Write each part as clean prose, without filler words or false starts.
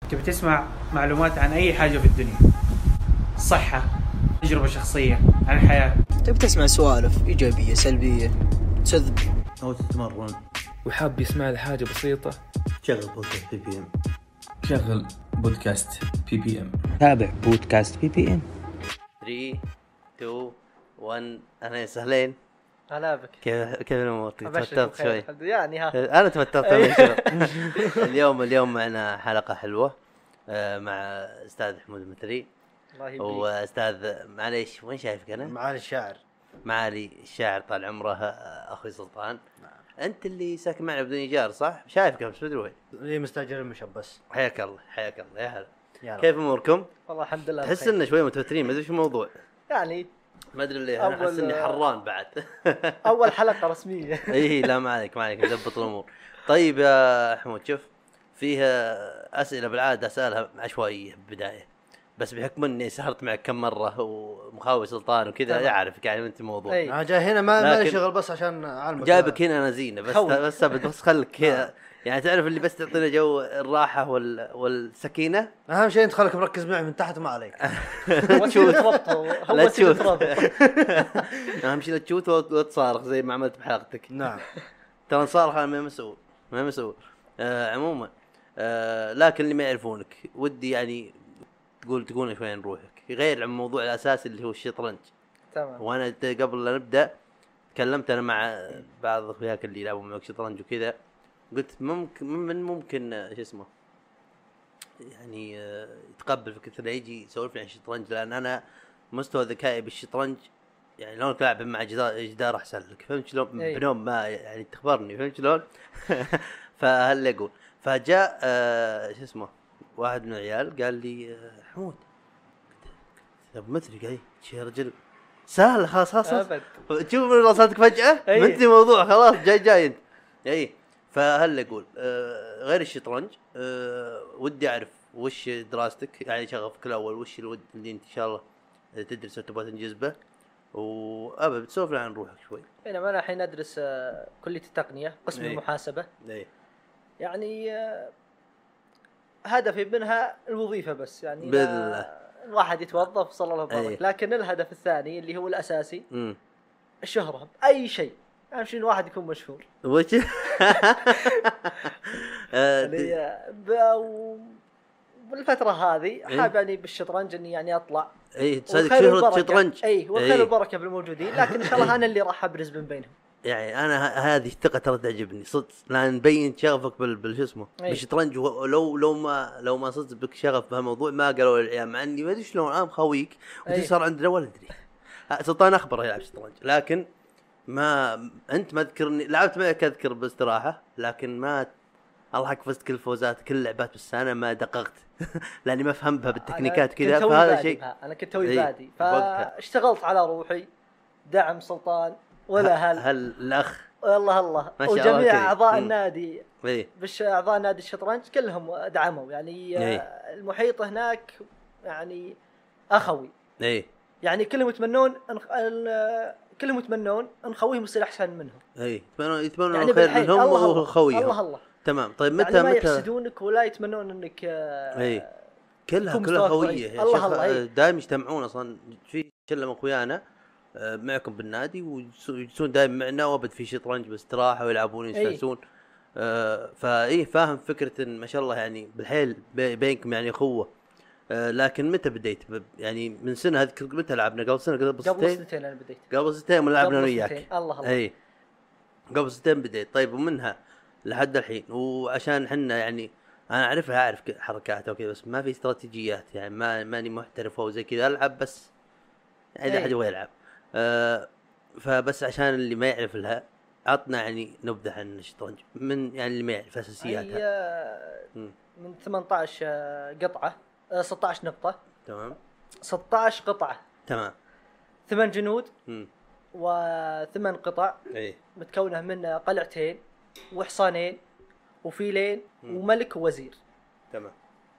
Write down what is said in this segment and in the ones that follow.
تبي تسمع معلومات عن أي حاجة في الدنيا، صحة، تجربة شخصية عن الحياة، تبي تسمع سوالف إيجابية سلبية، تذب أو تتمرن وحاب يسمع لحاجة بسيطة، شغل بودكاست بي بي ام. شغل بودكاست بي بي ام. تابع بودكاست بي بي ام. 3 2 1. أهلا سهلين. هلا بك. كيف الأمور؟ توترت شوي يعني أنا توترت شوي. اليوم معنا حلقة حلوة مع أستاذ حمود المثري وأستاذ معليش وين شايفك أنا؟ معالي الشاعر طال عمره أخوي سلطان. أنت اللي ساكن معنا بدون إيجار صح؟ شايفك بس بدري وين؟ ليه مستاجر المشبس. حياك الله يا هلا. كيف أموركم؟ والله الحمد لله. تحس إننا شوي متوترين ما أدري شو الموضوع. يعني ما أدري ليه أنا أحس إني حران بعد. أول حلقة رسمية. إيه لا ما عليك نضبط الأمور. طيب يا حمود شوف فيها أسئلة بالعادة أسألها عشوائية بداية بس بحكم إني سهرت معك كم مرة ومخاوي سلطان وكذا يعرفك يعني أنت موضوع. أنا جاي هنا ما لي شغل بس عشان أعلمك. جابك هنا أنا زينة بس خلك يعني تعرف اللي بس تعطينا جو الراحة والسكينة. أهم شيء أنت خلك مركز معي من تحت وما عليك. لا تشوت. أهم شيء لا تشوت وتصارخ زي ما عملت بحلقتك. نعم. ترى صارخ أنا ما مسؤول. عموما لكن اللي ما يعرفونك ودي يعني تقول شوي عن روحك غير عن الموضوع الأساسي اللي هو الشطرنج. تمام. وأنا قبل لا نبدأ تكلمت أنا مع بعض أخوياك اللي يلعبوا معك شطرنج وكذا قلت ممكن شو اسمه يعني يتقبل فكرة يجي يسولفني عن الشطرنج لأن أنا مستوى ذكائي بالشطرنج يعني لو ألعب مع جدار أحسن لك فهمت شلون بنوم ما يعني تخبرني فهمت شلون. فهل يقول فجاء شو اسمه واحد من العيال قال لي حمود طب مثلي قال شي رجل سهل خلاص تشوف من راساتك فجأة مثلي موضوع خلاص جاي انت اي. فهل يقول غير الشطرنج ودي أعرف وش دراستك يعني شغفك الأول وش اللي انت إن شاء الله تدرس وتبغى تنجز به وأبى بتسولف عن روحك شوي. أنا الحين أدرس كلية التقنية قسم المحاسبة. يعني هدفي منها الوظيفة بس يعني الواحد يتوظف صلى الله عليه وسلم. لكن الهدف الثاني اللي هو الأساسي الشهرة بأي شيء. أهم شيء الواحد يكون مشهور. وش؟ بالفترة هذه حاب يعني بالشطرنج إني يعني أطلع. تصدق شهرة الشطرنج. وخير البركة بالموجودين لكن إن شاء الله أنا اللي راح أبرز من بينهم. يعني أنا هذه الثقة ترى تعجبني صدق لأن نبين شغفك بالشو اسمه بالشطرنج. لو ما صدق بك شغف بهالموضوع ما قالوا العيال مع إني ما أدري شلون أنا مخاويك وتي صار عندنا ولا أدري. سلطان أخبره يلعب شطرنج لكن ما أنت ما تذكرني لعبت معك أذكر باستراحة لكن ما الله حق فزت كل فوزات كل لعبات بس أنا ما دققت لأني ما فهم بها بالتكنيكات كذا فهذا شيء. أنا كنت توي بادي فاشتغلت على روحي دعم سلطان ولا هل الأخ الله وجميع أعضاء النادي أعضاء نادي الشطرنج كلهم دعموا يعني المحيط هناك يعني أخوي يعني كلهم يتمنون أن خويهم يصير أحسن منهم. يتمنون يعني خير منهم وخويهم. الله تمام. طيب متى يعني ما يحسدونك ولا يتمنون انك كلها خويه الله دائما يجتمعون اصلا في شله من اخويانا معكم بالنادي ويجلسون دائما معنا وابد في شطرنج باستراحه ويلعبون يستانسون. فاهم فكره ما شاء الله يعني بالحيل بينكم يعني اخوه. لكن متى بديت يعني من سنه اذكر متى لعبنا قبل سنه قبل سنتين انا بديت قبل سنتين لعبنا وياك الله قبل سنتين بديت. طيب ومنها لحد الحين وعشان حنا يعني انا اعرف حركاته وكذا بس ما في استراتيجيات يعني ماني محترف او زي كذا العب بس يعني احد يبغى يلعب. فبس عشان اللي ما يعرف لها عطنا يعني نبذه عن الشطرنج من يعني اللي ما يعرف اساسياتها. من 18 قطعه 16 نقطه. تمام. 16 قطعه. تمام. 8 جنود و8 قطع متكونه من قلعتين وحصانين وفيلين وملك ووزير. تمام.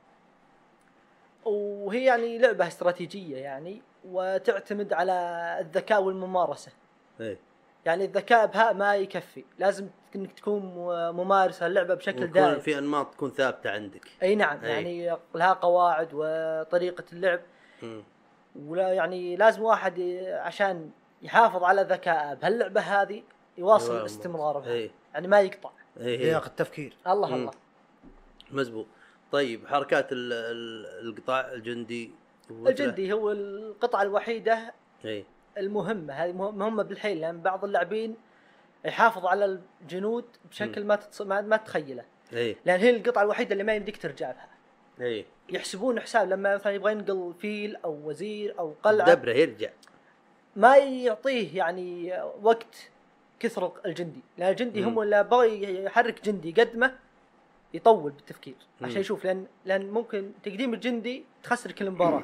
وهي يعني لعبة استراتيجية يعني وتعتمد على الذكاء والممارسة. يعني الذكاء بها ما يكفي، لازم انك تكون ممارس اللعبه بشكل دائم، في انماط تكون ثابته عندك. اي نعم. يعني لها قواعد وطريقه اللعب. ولا يعني لازم واحد عشان يحافظ على ذكائه بهاللعبه هذه يواصل استمراره بها. يعني ما يقطع لياقة التفكير. الله مزبوط. طيب حركات القطاع الجندي هو القطعه الوحيده المهمه، هذه مهمه بالحيل، لان بعض اللاعبين يحافظ على الجنود بشكل ما تتخيله، لان هي القطعه الوحيده اللي ما يمديك ترجع لها. يحسبون حساب لما مثلا يبغى ينقل فيل او وزير او قلعه دبره يرجع، ما يعطيه يعني وقت كثر الجندي، لان الجندي هم اللي بغى يحرك جندي قدمه يطول بالتفكير عشان يشوف، لان ممكن تقديم الجندي تخسر كل مباراه.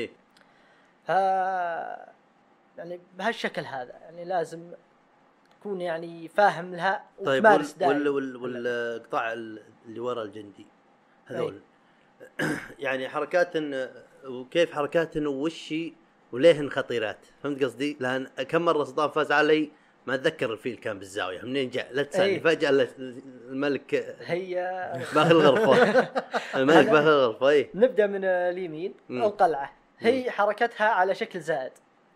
يعني بهالشكل هذا يعني لازم تكون يعني فاهم لها وتمارس دائما. والقطاع اللي ورا الجندي هذول يعني حركات وكيف حركات وشي وليهن خطيرات، فهمت قصدي؟ لان كم مره صدام فاز علي ما اتذكر الفيل كان بالزاويه منين جاء، لا تسالني. فجاه الملك هي باخذ الغرفه الملك باخذ الغرفه. نبدا من اليمين. القلعه هي حركتها على شكل زائد،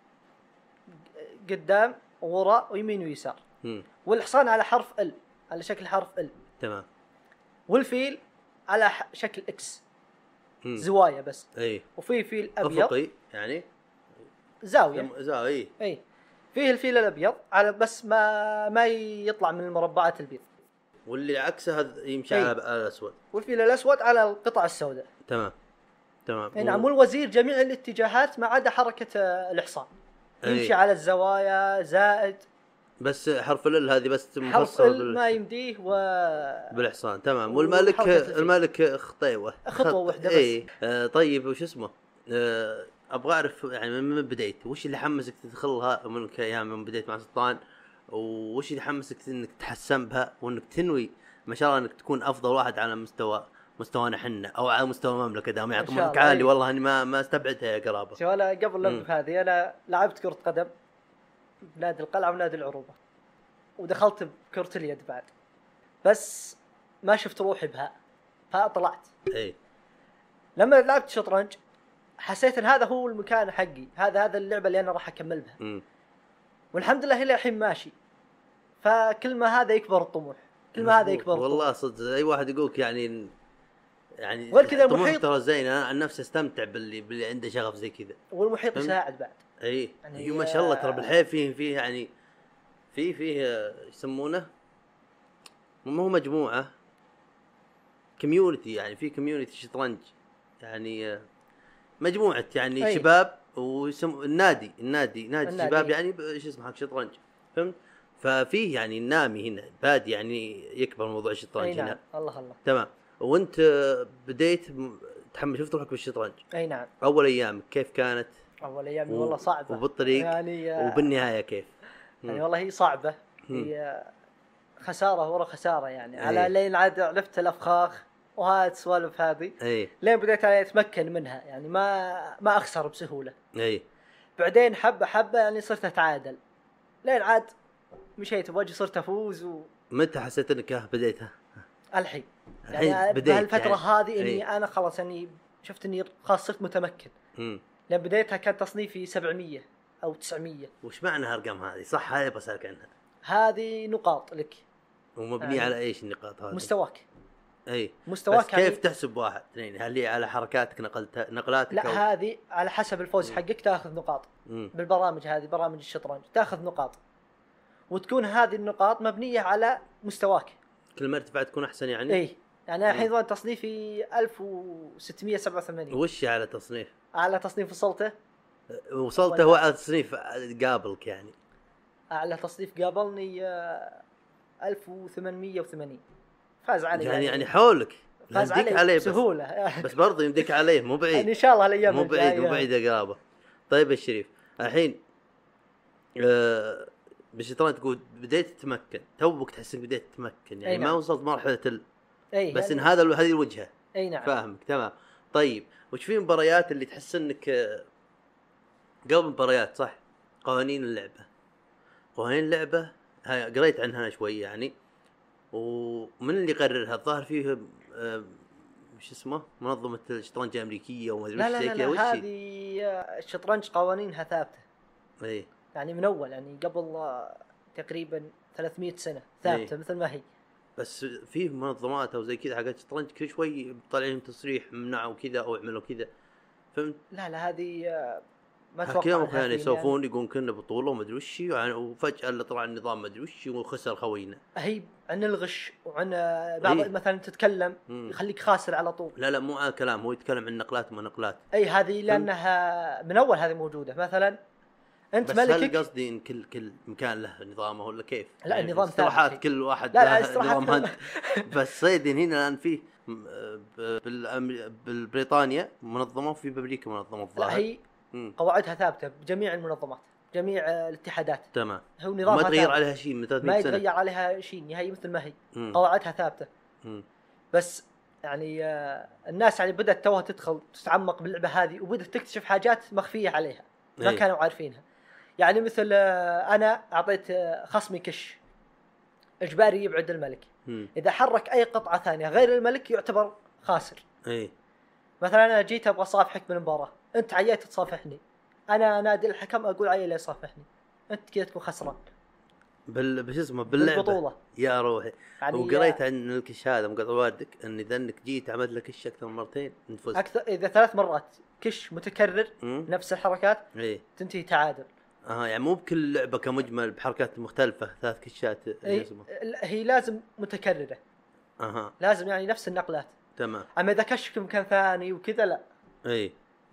قدام وراء ويمين ويسار. والحصان على حرف ال، على شكل حرف ال. تمام. والفيل على شكل اكس، زوايا بس. وفي فيل ابيض افقي يعني زاويه. فيه الفيل الابيض على بس ما يطلع من المربعات البيض، واللي عكسه هذا يمشي على الاسود، والفيل الاسود على القطع السوداء. تمام. نعم. والوزير جميع الاتجاهات ما عدا حركه الحصان يمشي على الزوايا زائد، بس حرف ال هذه بس مفصل ما يمديه بالحصان. تمام. والملك خطوه واحده بس. طيب وش اسمه؟ ابغى اعرف يعني من بداية وش اللي حمسك تدخلها من ايام من بداية مع سلطان، وش اللي حمسك انك تحسن بها وانك تنوي ما شاء الله انك تكون افضل واحد على مستوانا حنا او على مستوى المملكه، دام يعطونك عالي. والله اني ما استبعدها يا قرابه. شو انا قبل اللعبه هذه انا لعبت كرة قدم نادي القلعه ونادي العروبه، ودخلت بكرة اليد بعد، بس ما شفت روحي بها فطلعت. لما لعبت شطرنج حسيت ان هذا هو المكان حقي، هذا اللعبه اللي انا راح اكمل بها. والحمد لله الى الحين ماشي. فكل ما هذا يكبر الطموح، كل ما هذا يكبر والله صدق اي واحد يقولك يعني غير كذا المحيط ترى زين. انا عن نفسي استمتع باللي عنده شغف زي كذا، والمحيط يساعد بعد. يعني ما شاء الله ترى بالحياه فيه يعني فيه يسمونه مو هو مجموعه كوميونتي، يعني في كوميونتي شطرنج، يعني مجموعه يعني شباب النادي شباب يعني ايش اسمه حق شطرنج، فهمت؟ ففيه يعني النامي هنا بادي يعني يكبر موضوع الشطرنج هنا. الله تمام. وانت بديت تحمل شفت روحك بالشطرنج. نعم. اول ايام كيف كانت؟ اول ايام والله صعبه، وبالطريق يعني وبالنهايه كيف؟ يعني والله هي صعبه، هي خساره ورا خساره يعني. على لين عاد عرفت الافخاخ وهذه السوالف هذه، لين بديت اتمكن منها، يعني ما اخسر بسهوله. بعدين حبه يعني صرت اتعادل، لين عاد مشيت بوجه صرت افوز. متى حسيت انك بديتها؟ الحين يعني بهالفتره هذه اني انا خلاص اني شفت اني خلاص صرت متمكن. لان بدايتها كان تصنيفي 700 او 900. وش معنى هالارقام هذه؟ صح هذه بسالك عنها. هذه نقاط لك. ومبنيه على ايش النقاط هذه؟ مستواك. مستواك بس كيف تحسب واحد اثنين؟ هل هي على حركاتك نقلاتك؟ لا هذه على حسب الفوز حقك تاخذ نقاط. بالبرامج هذه برامج الشطرنج تاخذ نقاط، وتكون هذه النقاط مبنيه على مستواك. كل ما ارتفعت تكون احسن يعني. يعني الحين تصنيفي 1687. وش على تصنيف؟ على تصنيف وصلته هو على تصنيف قابلك يعني. على تصنيف قابلني 1880. فاز علي يعني حولك. فاز عليه بسهوله. بس برضه يمديك عليه مو بعيد. يعني ان شاء الله الايام مو بعيد قرابه. طيب الشريف الحين بالشطرنج تقول بديت تتمكن، توك تحس انك بديت تتمكن يعني. ما وصلت مرحله بس ان هذه الوجهه. نعم. فاهمك تمام. طيب وش في مباريات اللي تحس انك قبل مباريات صح قوانين اللعبه قوانين اللعبه هاي قريت عنها أنا شوي يعني، ومن اللي يقررها الظاهر فيه مش اسمه منظمه الشطرنج الامريكيه وما ادري لا وش لا زي لا, كذا. لا وش هي؟ هذه الشطرنج قوانينها ثابته اي يعني من اول، يعني قبل تقريبا 300 سنه ثابته مثل ما هي. بس في منظمات او زي كذا حقت شطرنج كل شوي طالعين تصريح منعوا كذا او عملوا كذا، فهمت؟ لا هذه ما اتوقع حكيهم عنها كانوا فيلم يسوفون يقولون كنا بطوله وما ادري وش، وفجاه اللي طلع النظام ما ادري وش وخسر خوينا. هي عن الغش وعن بعض إيه. مثلا تتكلم يخليك خاسر على طول. لا مو على كلام، هو يتكلم عن نقلات وما نقلات. اي هذه لانها من اول هذه موجوده. مثلا انت بس هل ملكك قصدي ان كل مكان له نظامه ولا كيف؟ لا، يعني النظام اصطلاحات ثابت. كل واحد لا له استراحات نظام هند. بس صيدين هنا الان فيه بالبريطانيا منظمه وفي بامريكا منظمه لا الظاهر. هي قواعدها ثابته بجميع المنظمات جميع الاتحادات. تمام. هو نظامها ما تغير ثابت. عليها شيء من 300 ما سنه. يتغير عليها شيء نهائي مثل ما هي. قواعدها ثابته. بس يعني الناس يعني بدأت توها تدخل تتعمق باللعبة هذه وبدأت تكتشف حاجات مخفية عليها ما أي. كانوا عارفينها. يعني مثل أنا أعطيت خصمي كش إجباري يبعد الملك. إذا حرك أي قطعة ثانية غير الملك يعتبر خاسر. اي مثلا أنا جيت أبغى صافحك بالمباراة، أنت عييت تصافحني، أنا نادي الحكم أقول عيي لا يصافحني، أنت كذا تكون خسران بش اسمه باللعبة بالبطولة. يا روحي. يعني وقريت عن الكش هذا مقطع واردك ان اذا انك جيت عملت لك كش اكثر من مرتين انت فزت. أكثر إذا 3 مرات كش متكرر نفس الحركات ايه تنتهي تعادل. يعني مو بكل لعبة كمجمل بحركات مختلفة 3 كشات اسمه هي لازم متكررة. لازم يعني نفس النقلات. تمام. اما اذا كشك مكان ثاني وكذا لا. اي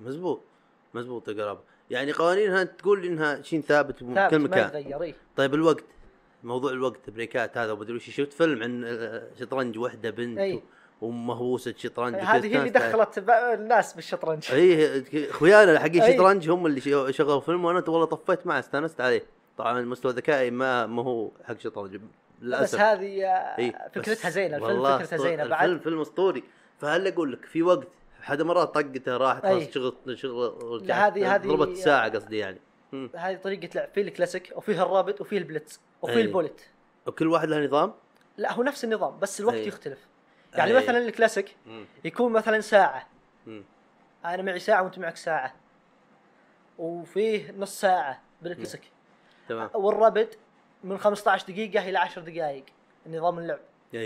مزبوط يا قرابة. يعني قوانينها تقول لي انها شيء ثابت في كل مكان ما يتغير. طيب الوقت، موضوع الوقت بريكات هذا ومدري وش، شفت فيلم عن شطرنج وحده بنت ومهووسه شطرنج. هذه هي اللي دخلت الناس بالشطرنج. اي اخويانا حقين الشطرنج هم اللي شغلوا فيلم، وانا والله طفيت معه استانست عليه. طبعا مستوى ذكائي ما هو حق شطرنج للاسف. بس هذه فكرتها زينه، الفيلم فكرته زينه بعد. الفيلم فيلم اسطوري. فهل اقول لك في وقت حد مرات طقته راحت خلاص شغل هذه ضربت الساعه قصدي يعني. هذه طريقه لعب. في الكلاسيك وفيها الرابط وفيه البلتز وفيه البولت، وكل واحد له نظام. لا هو نفس النظام بس الوقت يختلف. يعني مثلا الكلاسيك يكون مثلا ساعه، انا معي ساعه وانت معك ساعه، وفيه نص ساعه بالكلاسيك. تمام. والرابط من 15 دقيقه الى 10 دقائق نظام اللعب.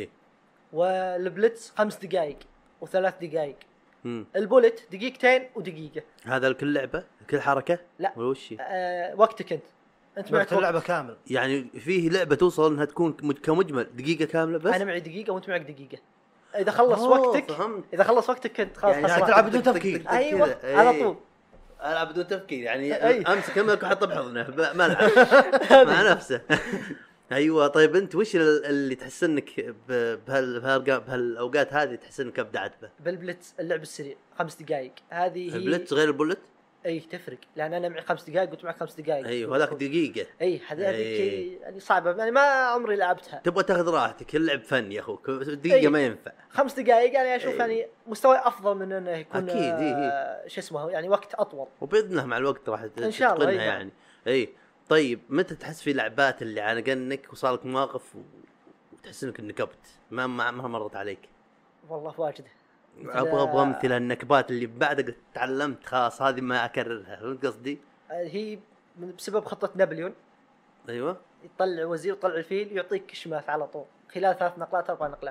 والبلتز 5 دقائق و3 دقائق. البولت دقيقتين ودقيقه. هذا لكل لعبه كل حركه؟ لا ولا وش وقتك انت معك اللعبه كامل. يعني فيه لعبه توصل انها تكون كمجمل دقيقه كامله بس. انا معي دقيقه وانت معك دقيقه. اذا خلص وقتك فهمت. اذا خلص وقتك كنت خلاص يعني خسران. تلعب بدون تفكير. ايوه على طول العب بدون تفكير يعني. امسك الملك وحطه بحضنه ملعب مع نفسه. ايوه. طيب انت وش اللي تحس انك بهالاوقات هذه تحس انك ابدعت به؟ بالبلتز اللعب السريع 5 دقائق. هذه هي البلتز غير البولت. اي تفرق لان انا معي 5 دقائق وانت معك 5 دقائق. ايوه هذاك دقيقه. اي هذيك يعني صعبه يعني ما عمري لعبتها. تبغى تاخذ راحتك اللعب فن يا اخوك. دقيقه ما ينفع. 5 دقائق يعني اشوف يعني مستوى افضل من انه يكون اكيد. شو اسمه يعني وقت اطول وباذن الله مع الوقت راح ان شاء الله يعني. اي طيب متى تحس في لعبات اللي عانقنك وصار لك مواقف وتحس انك نكبت ما مرت عليك؟ والله واجده. ابغى مثل النكبات اللي بعد تعلمت خلاص هذه ما اكررها. فهمت قصدي؟ هي بسبب خطه نابليون. ايوه. يطلع وزير ويطلع الفيل يعطيك كشمات على طول خلال 3 نقلات 4 نقلات.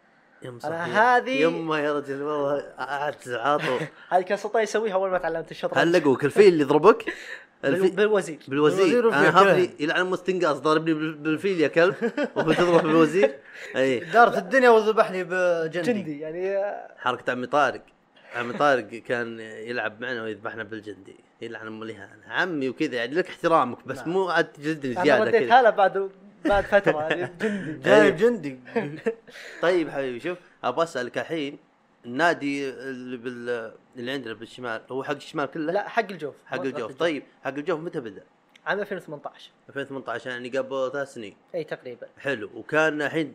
انا هذه يما يا رجل والله عاطو. هذه كان سلطان يسويها اول ما تعلمت الشطرنج. هل لقوك الفيل اللي يضربك؟ بالوزير انا حظي يلعن مستنقاص ضاربني بالفيل يا كلب وبتضرب بالوزير. اي دارت الدنيا وذبحني بجندي يعني. حركه عمي طارق كان يلعب معنا ويذبحنا بالجندي. يلعن امه عمي وكذا يعني لك احترامك بس مو عاد تجلدني زياده كذا. انا رديت هلا بعد فتره يعني جندي جايب جندي. طيب حبيبي شوف ابغى اسالك الحين النادي اللي عندنا بالشمال هو حق الشمال كله؟ لا حق الجوف. طيب حق الجوف متى بدا؟ عام 2018. 2018 يعني قبل 3 سنين. اي تقريبا. حلو. وكان الحين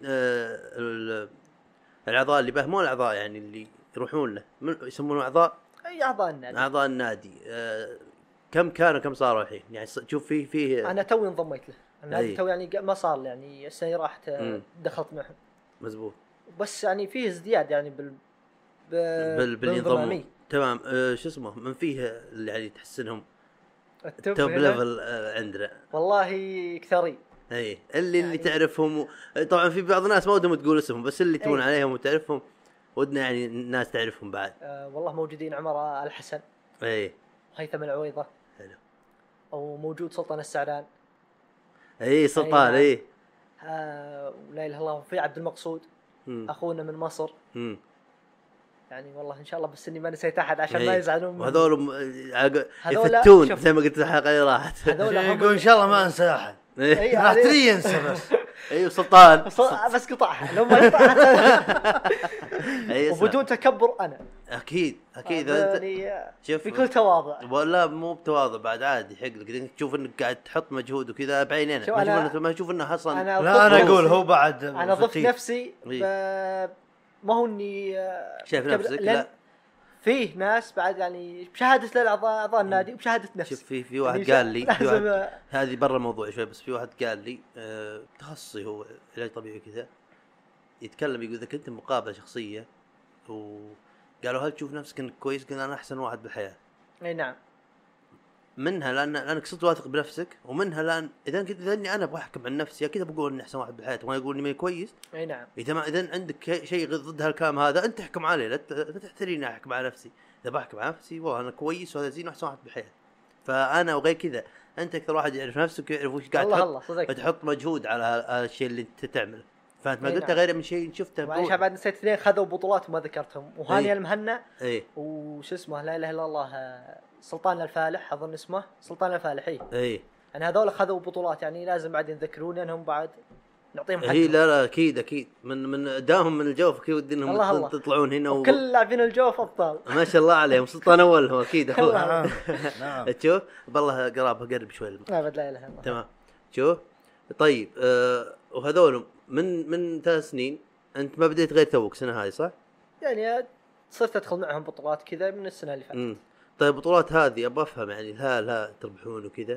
الاعضاء اللي به مو الاعضاء يعني اللي يروحون له يسمونه اعضاء. اي اعضاء النادي. كم كانوا كم صاروا الحين يعني؟ شوف فيه انا توي انضميت له النادي أي. تو يعني ما صار لي، يعني السنه راحت مم. دخلت معهم، مزبوط. بس يعني فيه ازدياد يعني بالنظام. بالنظام. تمام. شو اسمه من فيه اللي يعني تحسنهم التوب توب هنا ليفل عندنا. والله كثري. اي اللي يعني تعرفهم طبعا في بعض الناس ما ودهم تقول اسمهم، بس اللي تمون أي. عليهم وتعرفهم ودنا يعني الناس تعرفهم بعد. والله موجودين عمر الحسن، اي هيثم العويضة، حلو. او موجود سلطان السعدان، اي سلطان. اي لا اله الا الله، في عبد المقصود مم. اخونا من مصر. مم. يعني والله ان شاء الله بس اني ما نسيت احد عشان إي. ما يزعلون مني. وهذول هذولا يفتون شوف. زي ما قلت الحلقه اللي راحت. هذول هم يقول ان شاء الله ما انسى احد. إي، راح هذه- تري ينسى بس. ايوه سلطان. بس قطعها لو ما قطعها اي وبدون تكبر انا اكيد اذا انت يعني شوف بكل تواضع. ولا مو بتواضع بعد عادي يحق لك إنك تشوف انك قاعد تحط مجهود وكذا بعينينا، شوف ما اشوف انه اصلا. انا لا انا ضفت اقول نفسي. هو بعد انا ضفت فتيل. نفسي ما هو اني شايف كبر- نفسك. لأن لا فيه ناس بعد يعني بشهاده الاعضاء النادي وبشهاده نفسي. شوف في واحد يعني قال لي في لازم واحد هذه برا الموضوع شوي، بس في واحد قال لي تخصصي هو علاج طبيعي كذا، يتكلم يقول اذا كنت مقابله شخصيه وقالوا هل تشوف نفسك انك كويس؟ قلنا انا احسن واحد بالحياه. اي نعم. منها لانك صرت واثق بنفسك، ومنها لان اذا اني انا ابغى احكم عن نفسي اكيد بقول اني احسن واحد بالحياه، ما يقول اني ما كويس. اي نعم. اذا عندك شيء ضد هالكلام هذا انت احكم عليه، لا تحتريني احكم على نفسي. اذا بحكم على نفسي والله انا كويس وهذا زين واحسن واحد بالحياه. فانا وغير كذا انت اكثر واحد يعرف نفسك ويعرف وش قاعد الله صدق. تحط مجهود على الشيء اللي انت تعمله. فانت ما إيه قلت نعم. غير من شيء شفته معليش بعد نسيت اثنين خذوا بطولات وما ذكرتهم، وهاني أي. المهنا اي وش اسمه لا اله الا الله سلطان الفالح اظن اسمه سلطان الفالح. اي يعني هذول خذوا بطولات، يعني لازم بعد يذكرون انهم بعد نعطيهم حقهم. هي لا اكيد من داهم من الجوف كذا ودي انهم الله. تطلعون هنا كل لاعبين الجوف ابطال. ما شاء الله عليهم. سلطان اول هو اكيد اخوه. نعم نعم. تشوف بالله قرب شوي ابد لا اله الا الله. تمام. شوف طيب وهذول من 3 سنين انت ما بديت غير توك سنه هذه صح؟ يعني صرت ادخل معهم بطولات كذا من السنه اللي فاتت. طيب البطولات هذه ابغى افهم يعني لا تربحون وكذا؟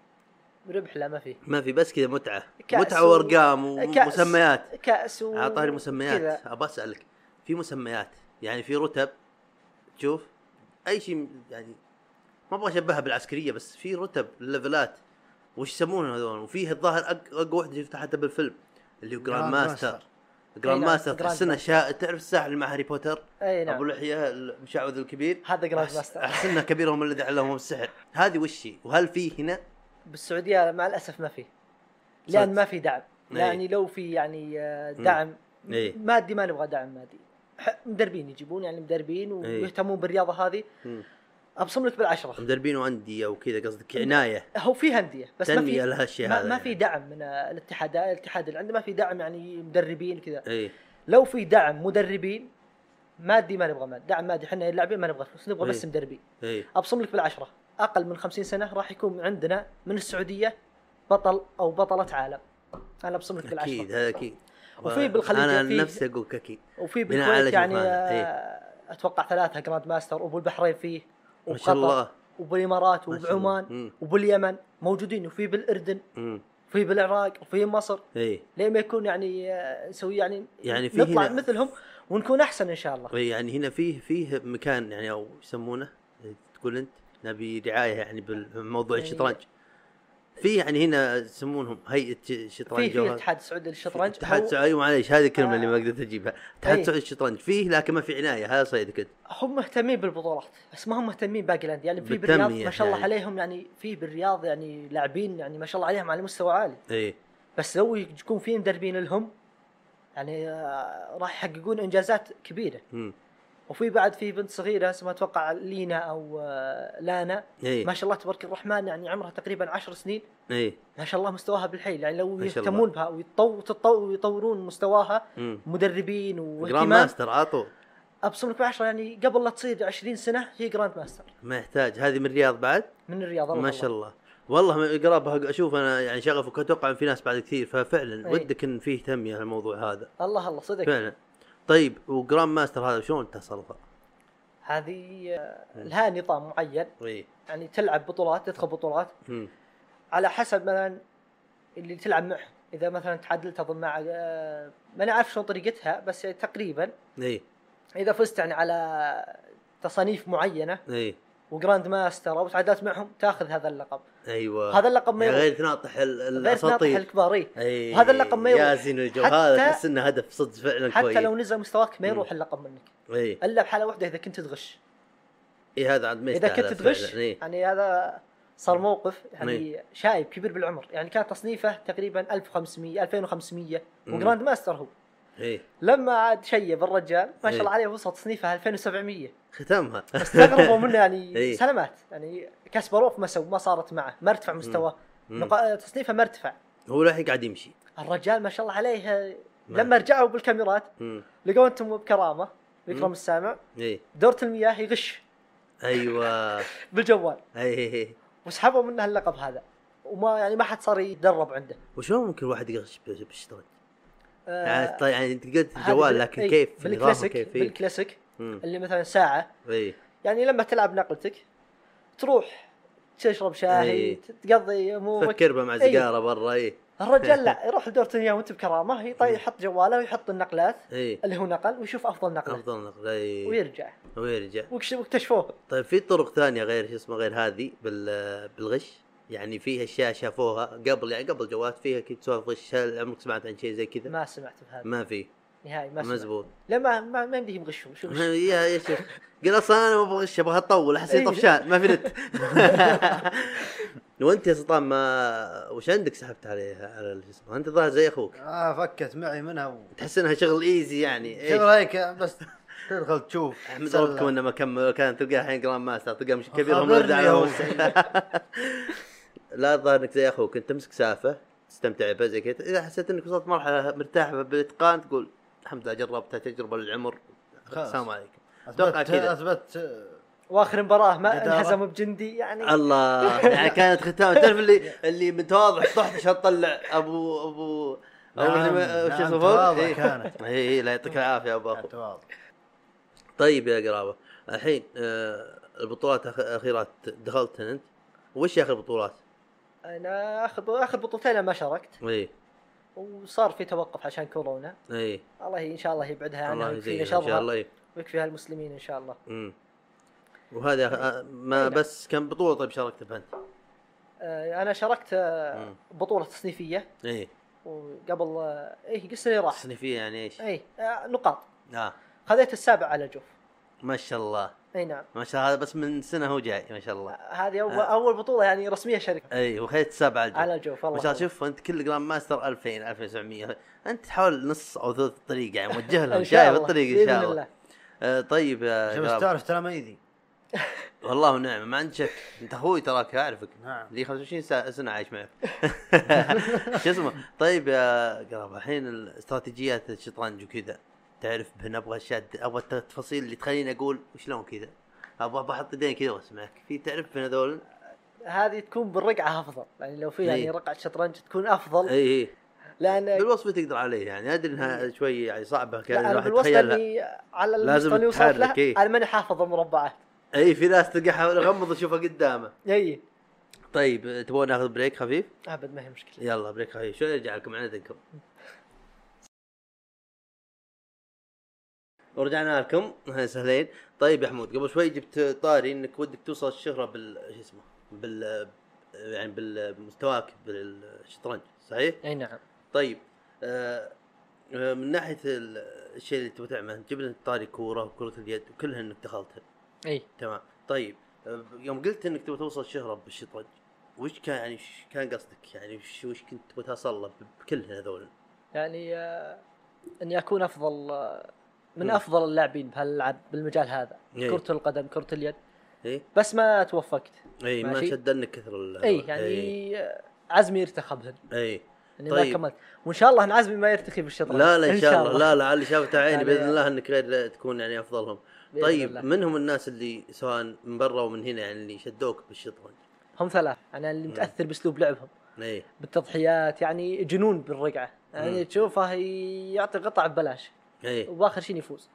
ربح لا ما في بس كذا متعه كأس وارقام كأس ومسميات. كأس اعطاني مسميات كذا. ابى اسالك في مسميات يعني في رتب. تشوف اي شيء يعني ما ابغى اشبهها بالعسكريه، بس في رتب الليفلات وش يسمونها هذول، وفيه الظاهر اقوى واحده شفتها حتى بالفيلم اللي هو جراند ماستر. جراند ماستر تحسنه تعرف الساحر اللي مع هاري بوتر اي نعم ابو لحيه المشعوذ الكبير، هذا جراند ماستر. احسنه كبيرهم الذي علمهم السحر. هذه وش هي؟ وهل فيه هنا؟ بالسعوديه مع الاسف ما فيه، لان صدق. ما في دعم. أي. يعني لو في يعني دعم أي. مادي، ما نبغى دعم مادي، مدربين يجيبون يعني مدربين أي. ويهتمون بالرياضه هذه. ابصم لك بالعشره مدربين وانديه وكذا قصدك عنايه هو في انديه بس ما تنميه في لها الشيء ما, هذا ما يعني. في دعم من الاتحاد اللي عنده، ما في دعم يعني مدربين كذا. اي لو في دعم مدربين مادي ما نبغى مادي، دعم مادي احنا اللاعبين ما نبغى فلوس، نبغى أي. بس مدربين. اي ابصم لك بالعشره اقل من 50 سنه راح يكون عندنا من السعوديه بطل او بطله عالم. انا ابصم لك بالعشره. اكيد هذا اكيد. وفي بالخليج انا في نفسي اقول اكيد وفي بناء على بالكويت يعني شوفان. اتوقع 3 جراند ماستر، وبو البحرين فيه ما شاء الله. وبالامارات ما شاء الله. وبعمان وباليمن موجودين، وفي بالاردن وفي بالعراق وفي مصر. اي ليه ما يكون يعني نسوي يعني في نطلع هنا مثلهم ونكون احسن ان شاء الله. يعني هنا فيه مكان يعني او يسمونه تقول انت نبي رعايه يعني بالموضوع يعني الشطرنج. في يعني هنا يسمونهم هيئه شطرنج في الاتحاد السعودي للشطرنج. اتحاد سعودي معليش هذه الكلمه اللي ما قدرت اجيبها. اتحاد أي. سعودي للشطرنج فيه لكن ما في عنايه. هذا صيدك انت. هم مهتمين بالبطولات بس ما هم مهتمين باقي الانديه. يعني في بالتنمية بالرياض ما شاء الله يعني. عليهم، يعني في بالرياض يعني لاعبين يعني ما شاء الله عليهم على مستوى عالي. اي بس لو يكون في مدربين لهم يعني راح يحققون انجازات كبيره. وفي بعد في بنت صغيره اسمها اتوقع لينا او لانا. اي ما شاء الله تبارك الرحمن، يعني عمرها تقريبا 10 سنين. اي ما شاء الله مستواها بالحيل. يعني لو ما شاء يهتمون بها ويطورون مستواها مدربين جراند واهتمام، ماستر عطوا ابصم لك ب10 يعني قبل لا تصير 20 سنه هي جراند ماستر ما يحتاج. هذه من الرياض بعد من الرياض. ما شاء الله. والله من قرابها اشوف انا يعني شغف، واتوقع ان في ناس بعد كثير، ففعلا أي. ودك ان فيه تنميه الموضوع هذا الله صدق. فعلا. طيب وجراند ماستر هذا شلون تصرفه؟ هذه لها نظام معين. اي يعني تلعب بطولات، تدخل بطولات على حسب مثلا اللي تلعب معه. اذا مثلا تعادلت اظن مع ما نعرف شلون طريقتها بس تقريبا اي اذا فزت يعني على تصانيف معينه اي وجراند ماستر او تعادلت معهم تاخذ هذا اللقب. ايوه هذا اللقب ما يعني يروح غير تناطح غير الاساطير الكبار اي اي وهذا اللقب ما يروح. يا زين الجو هذا حتى- تحس انه هدف صدق فعلا كويس. حتى لو نزل مستواك ما يروح اللقب منك اي الا بحاله واحده اذا كنت تغش. اي هذا عاد ما اذا يستاهل كنت تغش فعلاً. إيه. يعني هذا صار موقف يعني شايب كبير بالعمر. يعني كان تصنيفه تقريبا 1500 2500 وجراند ماستر هو. اي لما عاد شيب الرجال ما شاء الله إيه. عليه وصل تصنيفه 2700 ختمها استغربوا منه يعني إيه. سلامات يعني كاسباروف ما صارت معه ما ارتفع مستواه تصنيفه ما ارتفع. هو الحين قاعد يمشي الرجال ما شاء الله عليه لما رجعوا بالكاميرات لقوا انتم بكرامه بكرم السامع اي دورة المياه يغش ايوه بالجوال اي وسحبوا منه اللقب هذا وما يعني ما حد صار يتدرب عنده. وشلون ممكن واحد يغش بالشطرنج؟ آه طيب يعني انت قلت هذا الجوال لكن إيه، كيف بالكلاسيك كيف بالكلاسيك اللي مثلا ساعه اي يعني لما تلعب نقلتك تروح تشرب شاهي إيه. تقضي امورك. فكر مع سيجاره برا اي الرجال لا يروح لدورة المياه وانت بكرامه يحط جواله ويحط النقلات اي اللي هو نقل ويشوف افضل نقله افضل نقل اي ويرجع ويرجع. واكتشفوه. طيب في طرق ثانيه غير شو اسمه غير هذه بالغش يعني فيها اشياء شافوها قبل يعني قبل جوات فيها كذا سوالف غش. هل عمرك سمعت عن شيء زي كذا؟ ما سمعت بهذا ما في نهائي ما سمعت. مزبوط لا ما يمديهم يغشوا شو يا شوف قال اصلا انا ما ابغى غش ابغى اطول احس إيه. طفشان ما في نت. وانت يا سلطان ما وش عندك سحبت عليها على شو اسمه انت ظاهر زي اخوك فكت معي منها تحس انها شغل ايزي يعني إيش؟ شغل هيك بس تدخل تشوف احمد ربكم انه ما كمل كان تلقاه الحين جراند ماستر تلقاه مش كبير هم خبرني يا هو. لا الظاهر انك زي اخوك انت تمسك سافه تستمتع بها زي كذا اذا حسيت انك وصلت مرحله مرتاح بالاتقان تقول الحمد لله جربتها تجربه للعمر السلام عليكم. اتوقع كذا اثبت واخر مباراه ما جدارة. انهزم بجندي يعني الله يعني كانت ختام تعرف اللي متواضع طحت عشان تطلع ابو نعم، وش نعم، اسمه تواضع إيه. كانت. اي لا يعطيك العافيه يا ابو اخو. تواضع. طيب يا قرابه الحين البطولات الاخيرات دخلت انت وش اخر بطولات؟ انا اخر بطولتين أنا ما شاركت اي وصار في توقف عشان كورونا. اي الله ان شاء الله يبعدها عنها الله ويكفينا يزيد ان شاء شرها الله. ويكفيها المسلمين ان شاء الله. وهذا ما بس كم بطوله طيب شاركت فيها انت؟ انا شاركت بطوله تصنيفيه اي وقبل قصة لي راح تصنيفيه يعني ايش؟ نقاط اه خذيت السابع على جوف. ما شاء الله اي نعم ما شاء الله هذا بس من سنه هو جاي ما شاء الله. هذه اول بطوله يعني رسميه شركه. اي وخذت 7 على الجوف والله. ما شاء الله شوف انت كل جراند ماستر 2000 2700 انت تحاول نص او ثلث الطريق يعني موجه لهم شايف الطريق ان شاء الله. طيب يا شوف تعرف ترى ما يدي والله ونعم ما عندك شك انت اخوي تراك اعرفك. نعم. لي 25 سنه عايش معك. شو اسمه طيب يا قرابه الحين الاستراتيجيات الشطرنج وكذا تعرف نبغى اشياء ابغى التفاصيل اللي تخليني اقول وشلون كذا ابغى بحط يدين كذا واسمعك في تعرف من هذول. هذه تكون بالرقعه افضل يعني لو في يعني رقعه شطرنج تكون افضل. اي لان بالوصف تقدر عليه يعني ادري انها شوي يعني صعبه كان الواحد الواحد يتخيلها على المستوى اللي وصلت له انا ماني حافظ المربعات. اي في ناس تلقاها غمض تشوفها قدامه. اي طيب تبغون ناخذ بريك خفيف؟ ابد ما هي مشكله. يلا بريك خفيف شو نرجع لكم عن اذنكم. ورجعنا لكم سهلين. طيب يا حمود قبل شوي جبت طاري انك ودك توصل الشهرة شو اسمه يعني بالمستواك بالشطرنج صحيح؟ اي نعم. طيب من ناحية الشيء اللي تبغى تعمله جيب لنا طاري كورة وكرة اليد وكلها انك دخلتها. اي تمام. طيب يوم قلت انك تبغى توصل الشهرة بالشطرنج وش كان يعني كان قصدك يعني وش كنت تبغى توصل له بكل هذول؟ يعني اني اكون افضل من افضل اللاعبين بهاللعب بالمجال هذا. كرة القدم كرة اليد. بس ما توفقت. ما شدنك كثر يعني عزمي يرتخبهن. يعني ما كملت وان شاء الله ان عزمي ما يرتخي بالشطرنج. لا ان شاء الله لا اللي شافته عيني باذن الله انك غير تكون يعني افضلهم. طيب الله. منهم الناس اللي سواء من برا ومن هنا يعني اللي شدوك بالشطرنج؟ هم 3 انا اللي متاثر باسلوب لعبهم. بالتضحيات يعني جنون بالرقعه يعني تشوفه يعطي قطع ببلاش. واخر شيء يفوز.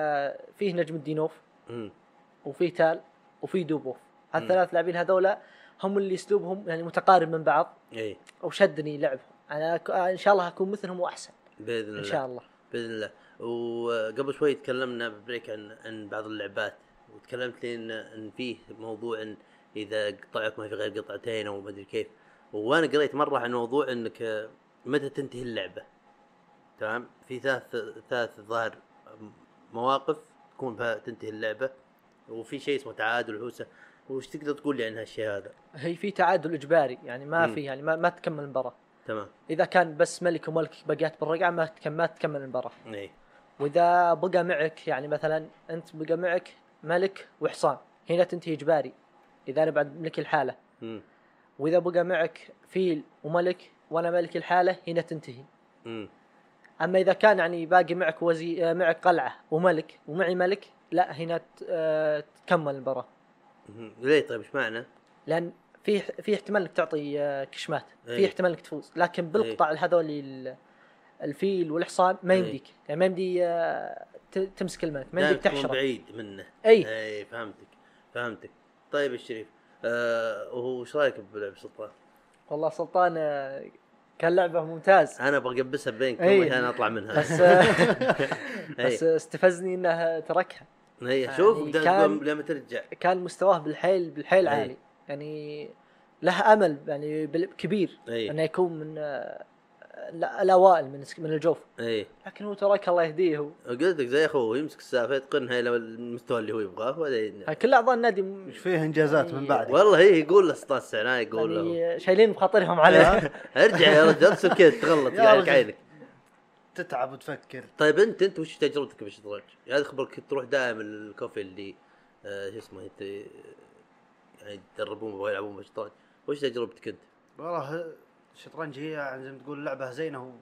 فيه نجم الدينوف وفيه تال وفيه دوبوف. هالثلاث لاعبين هذولا هم اللي اسلوبهم يعني متقارب من بعض اي وشدني لعبهم. انا ان شاء الله اكون مثلهم واحسن باذن الله ان شاء الله. باذن الله. وقبل شوي تكلمنا ببريك عن بعض اللعبات، وتكلمت لي ان فيه موضوع ان اذا قطعك ما في غير قطعتين او ما ادري كيف. وانا قريت مره عن موضوع انك متى تنتهي اللعبه. تمام. في ثلاث ظاهر مواقف تكون بها تنتهي اللعبه، وفي شيء اسمه تعادل وحوسه. وش تقدر تقول لي عن هالشيء هذا؟ هي في تعادل اجباري يعني ما في يعني ما تكمل المباراه. تمام. اذا كان بس ملك وملك بقيت بالرقعه ما تكمل المباراه. اي واذا بقى معك يعني مثلا انت بقى معك ملك وحصان هنا تنتهي اجباري اذا انا بعد ملك الحاله. واذا بقى معك فيل وملك وانا ملك الحاله هنا تنتهي. اما اذا كان يعني باقي معك معك قلعه وملك ومعي ملك لا هنا تكمل المباراه. ليه طيب ايش معنى؟ لان في احتمال انك تعطي كشمات، في احتمال انك تفوز، لكن بالقطع هذول الفيل والحصان ما يمديك يعني ما يمدي تمسك الملك، ما يمديك تحشره بعيد منه. اي فهمتك. طيب الشريف وهو ايش رايك بلعب سلطان؟ والله سلطان كان لعبه ممتاز. انا ابغى اقبسها بينكم عشان اطلع منها. بس استفزني انه تركها. شوف لما ترجع كان مستواه بالحيل عالي يعني له امل يعني كبير انه يكون من الاوائل من الجوف. لكن هو تراك الله يهديه. قلت لك زي اخوه يمسك السالفه يتقنها الى المستوى اللي هو يبغاه. هاي كل اعضاء النادي مش فيه انجازات من بعد. والله هي يقول له سلطان السعناي يقول له شايلين بخاطرهم عليه. ارجع يا رجل ارسل كذا تغلط عينك تتعب وتفكر. طيب انت وش تجربتك بالشطرنج؟ هذا خبرك تروح دائما الكوفي اللي شو اسمه يعني يدربون ويلعبون بالشطرنج. وش تجربتك انت؟ والله الشطرنج هي يعني زي ما تقول لعبه زينه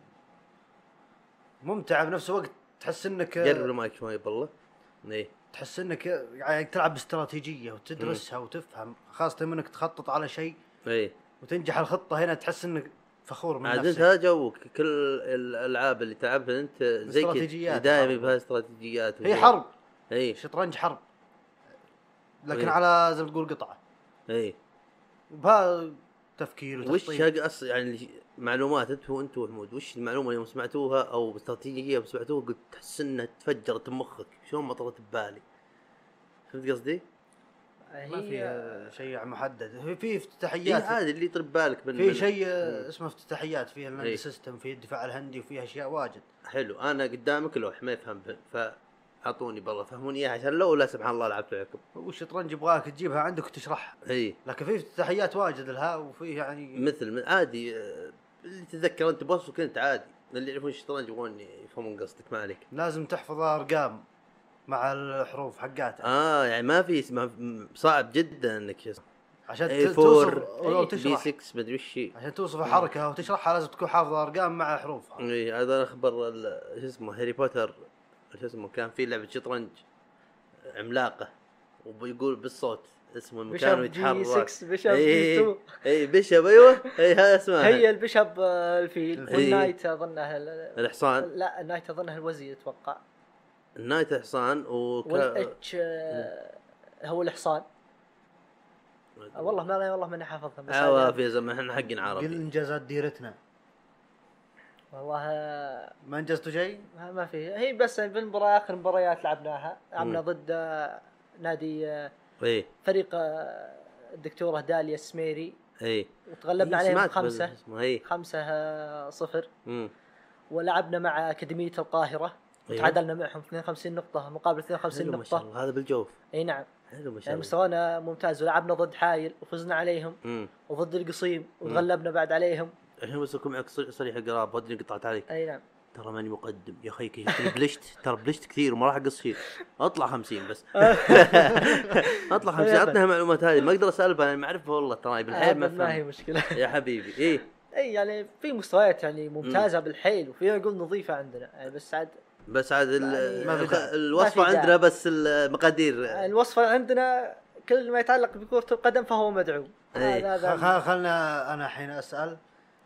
وممتعه بنفس الوقت. تحس انك قرب المايك شوي بالله. تحس انك يعني تلعب باستراتيجيه وتدرسها وتفهم، خاصه انك تخطط على شيء وتنجح الخطه. هنا تحس انك فخور من نفسك. هذا جوك. كل الالعاب اللي تلعبها انت زي كذا دائما بها استراتيجيات. هي حرب. شطرنج حرب لكن على زي ما تقول قطعه. وبها تفكير وتخطيط. وش يعني معلومات انت وحمود وش المعلومه اللي سمعتوها او استراتيجيه سمعتوها قلت تحس انها تفجرت مخك شلون ما طرت ببالي؟ فهمت قصدي؟ ما في شيء محدد. في افتتاحيات عادي اللي يطرب بالك في شيء اسمه افتتاحيات فيها اللاند سيستم، في الدفاع الهندي، وفيها اشياء واجد. حلو. انا قدامك لوح ما يفهم فاعطوني بالله فهموني اياها عشان لو لا سبحان الله لعبت عليكم. والشطرنج يبغاك تجيبها عندك وتشرحها. لكن في افتتاحيات واجد لها وفي يعني مثل عادي اللي تتذكر انت بوس وكنت عادي اللي يعرفون الشطرنج يبغون يفهمون قصدك. ما عليك. لازم تحفظ ارقام مع الحروف حقاتها. يعني ما في صعب جدا انك عشان توصف او تشرح بي 6 مدري وش عشان توصف حركه وتشرحها لازم تكون حافظ ارقام مع حروفها. هذا اخبر شو اسمه هاري بوتر شو اسمه كان في لعبه شطرنج عملاقه وبيقول بالصوت اسمه المكان يتحرك. بيشاب جي 2 بيشاب. ايوه هذا اسمها هي البيشاب الفيل والنايت اظنها الحصان. لا النايت اظنها الوزير اتوقع. النايت حصان والاتش هو الحصان. والله ما حافظها بس في زمان احنا حقين عربي. قل انجازات ديرتنا. والله ما انجزتوا شيء. ما في. هي بس بالمباراه اخر مباريات لعبناها ضد نادي فريق الدكتوره داليا السميري. وتغلبنا عليهم 5-0. ولعبنا مع أكاديمية القاهرة وتعادلنا معهم 52 نقطة مقابل 52 نقطة. ما شاء الله هذا بالجوف. نعم. حلو ما شاء الله. يعني مستوانا ممتاز. ولعبنا ضد حايل وفزنا عليهم. وضد القصيم وتغلبنا بعد عليهم. الحين بسكم معك صريح قراب ودني قطعت عليك. نعم. ترى ماني مقدم يا اخي بلشت ترى بلشت كثير وما راح اقص شيء. اطلع 50 بس. اطلع 50. اعطني معلومات هذه ما اقدر اسالها انا ما اعرفها والله ترى بالحيل ما افهم. ما هي مشكله يا حبيبي. اي يعني في مستويات يعني ممتازه بالحيل وفي نقول نظيفه عندنا يعني بس عاد الوصفه عندنا بس المقادير. الوصفه عندنا كل ما يتعلق بكرة القدم فهو مدعو. خلنا انا الحين اسال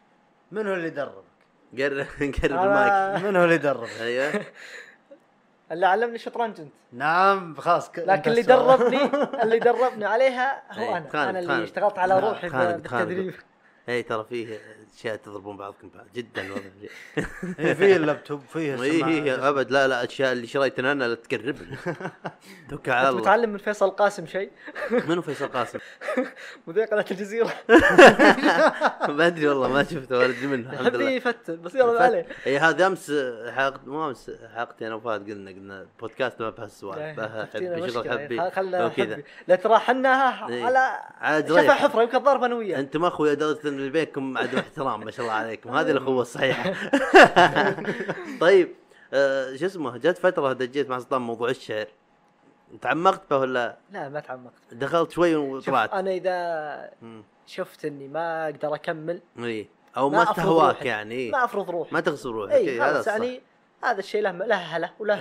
من هو اللي يدرب؟ قرب المايك. من هو اللي يدرب؟ ايوه اللي علمني شطرنج انت. نعم خلاص لكن اللي دربني عليها هو انا اللي اشتغلت على روحي بالتدريب. اي ترى فيه اشياء تضربون بعضكم بعض جدا الوضع. فيه اللابتوب فيه السماعه ابد لا الاشياء اللي شريتها انا لا تقربني. توكل على الله. متعلم من فيصل قاسم شيء؟ منو فيصل قاسم؟ مذيع قناه الجزيره. ما ادري والله ما شفته ولا ادري منه. الحمد لله يفتن بس يلا عليه. اي هذا امس حلقتي انا وفهد قلنا بودكاست ما بهالسوالف حبي شغل حبي وكذا. لا ترى حناها على شفا حفره يمكن ضرب انا وياه. انتم اخويا درجه اللي بينكم عدم احترام ما شاء الله عليكم. هذه الاخوه الصحيحه. طيب شو اسمه جت فتره دجيت مع سلطان موضوع الشعر تعمقت به ولا لا ما تعمقت دخلت شوي وطلعت. انا اذا شفت اني ما اقدر اكمل او ما استهواك يعني ما افرض روحي ما تغصب روحك هذا يعني هذا الشيء له هله وله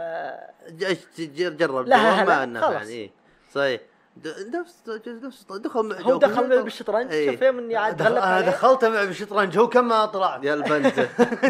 جرب ما نفع يعني صحيح. دخل هو دخل معي بالشطرنج. شوف يوم اني عاد انا دخلته معي بالشطرنج هو كم ما طلعت يا البنت.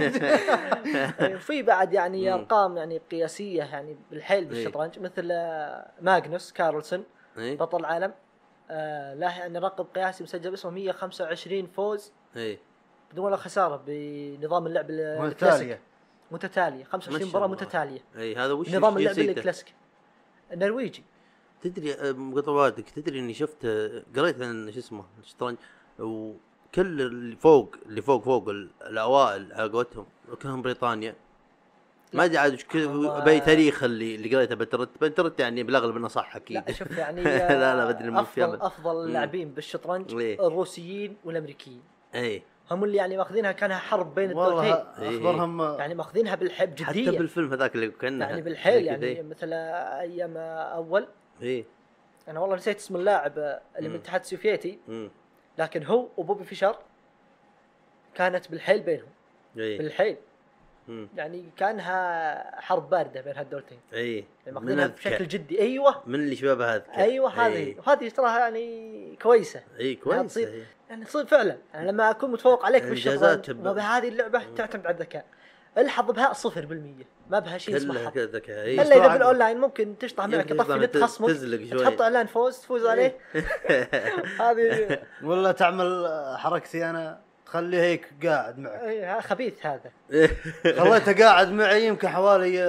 في بعد يعني ارقام يعني قياسيه يعني بالحيل بالشطرنج مثل ماغنوس كارلسن بطل العالم له يعني رقم قياسي مسجل اسمه 125 فوز بدون ولا خساره بنظام اللعب الكلاسيكي متتاليه 25 مباراه متتاليه. هذا وش نظام اللعب الكلاسيكي النرويجي. تدري مقطوعاتك تدري اني شفت قريت عن شو اسمه الشطرنج وكل اللي فوق الاوائل على قولتهم كلهم بريطانيا. ما ادري عاد باي تاريخ اللي قريته بنترت يعني بالاغلب انه صح اكيد. لا شوف يعني لا بدري افضل اللاعبين بالشطرنج الروسيين والامريكيين. اي هم اللي يعني ماخذينها كانها حرب بين الدولتين. اخبرهم يعني ماخذينها بالحب جديه حتى بالفيلم هذاك اللي كنا يعني بالحيل يعني مثل ايام اول. انا والله نسيت اسم اللاعب اللي من الاتحاد السوفيتي لكن هو وبوبي فيشر كانت بالحيل بينهم بالحيل. يعني كانها حرب بارده بين هالدولتين. يعني ماخذينها بشكل جدي. ايوه من اللي شباب هذا هذه تراها يعني كويسه. كويسه يعني تصير فعلا يعني لما اكون متفوق عليك بالشطرنج وبهذه اللعبه تعتمد على الذكاء. الحظ بها 0% ما بها شيء اسمه حظ. ذكاء الا اذا بالاونلاين ممكن تشطح معك طفي تخصمك تحط اعلان تفوز عليه. هذه ولا تعمل حركتي انا تخليه هيك قاعد معك. خبيث هذا. خليته قاعد معي يمكن حوالي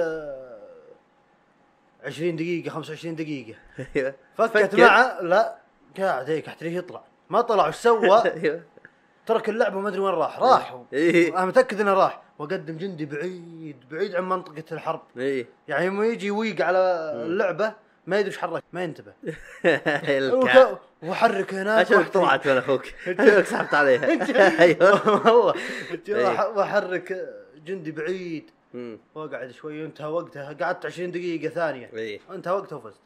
20 دقيقة 25 دقيقة. فكت معه لا قاعد هيك احتريه يطلع ما طلع. وش سوى؟ ترك اللعبة وما ادري وين راح انا متأكد انه راح وقدم جندي بعيد عن منطقة الحرب. يعني يوم يجي يويق على اللعبة ما يدري ايش حرك ما ينتبه. وحرك هناك عشان طلعت ولا اخوك سحبت عليها. ايوه والله وحرك جندي بعيد وقعد شوي وانتهى وقتها قعدت 20 دقيقة ثانية انتهى وقتها وفزت.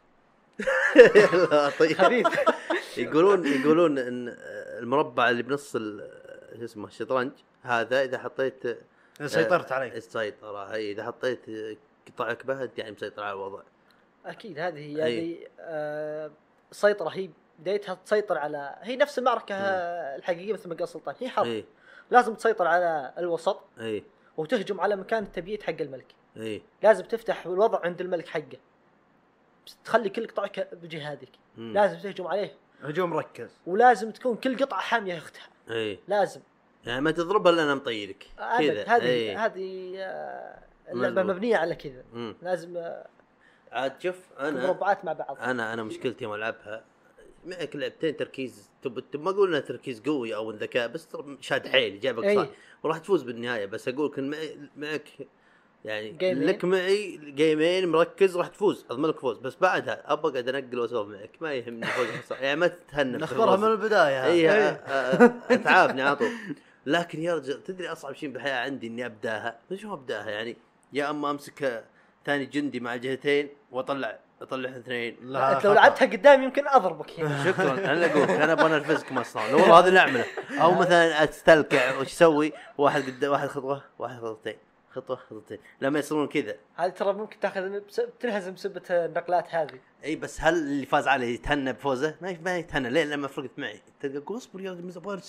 طيب يقولون ان المربع اللي بنص اسمه الشطرنج هذا اذا حطيت سيطرت عليه السيطرة هي اذا حطيت قطعك به يعني مسيطر على الوضع. اكيد هذه يعني السيطرة هي بدايتها تسيطر على هي نفس المعركة الحقيقية مثل ما قال سلطان هي حرب. لازم تسيطر على الوسط وتهجم على مكان التبييت حق الملك. لازم تفتح الوضع عند الملك حقه تخلي كل قطعك بجهادك. لازم تهجم عليه هجوم مركز ولازم تكون كل قطعة حامية اختها. لازم يعني ما تضربها الا انا مطيرك كذا. هذه اللعبة مبنية على كذا. لازم عاد شوف انا مربعات مع بعض. انا مشكلتي يوم العبها معك لعبتين تركيز تب ما اقول انه تركيز قوي او ذكاء بس شاد حيل جابك صح وراح تفوز بالنهايه. بس اقول كن معك يعني لك معي جيمين مركز راح تفوز اضمنك فوز. بس بعدها ابغى قاعد انقل واسولف معك ما يهمني فوز يعني ما تتهنى نخبرها من البدايه. اتعافني على طول. لكن يا رجل تدري اصعب شيء بالحياه عندي اني ابداها. شو ابداها يعني يا اما امسك ثاني جندي مع جهتين واطلع اثنين. لو لعبتها قدام يمكن اضربك هنا. شكرا انا اقول انا ابغى انرفزك اصلا والله هذا نعمله. او مثلا استلكع وش اسوي واحد قدام واحد خطوتين لما يصيرون كذا. هذه ترى ممكن تاخذ تنهزم بسبب النقلات هذه. اي بس هل اللي فاز عليه يتهنى بفوزه؟ ما يتهنى ليه لما فرقت معي تلقى اصبر يا ابغى ارسم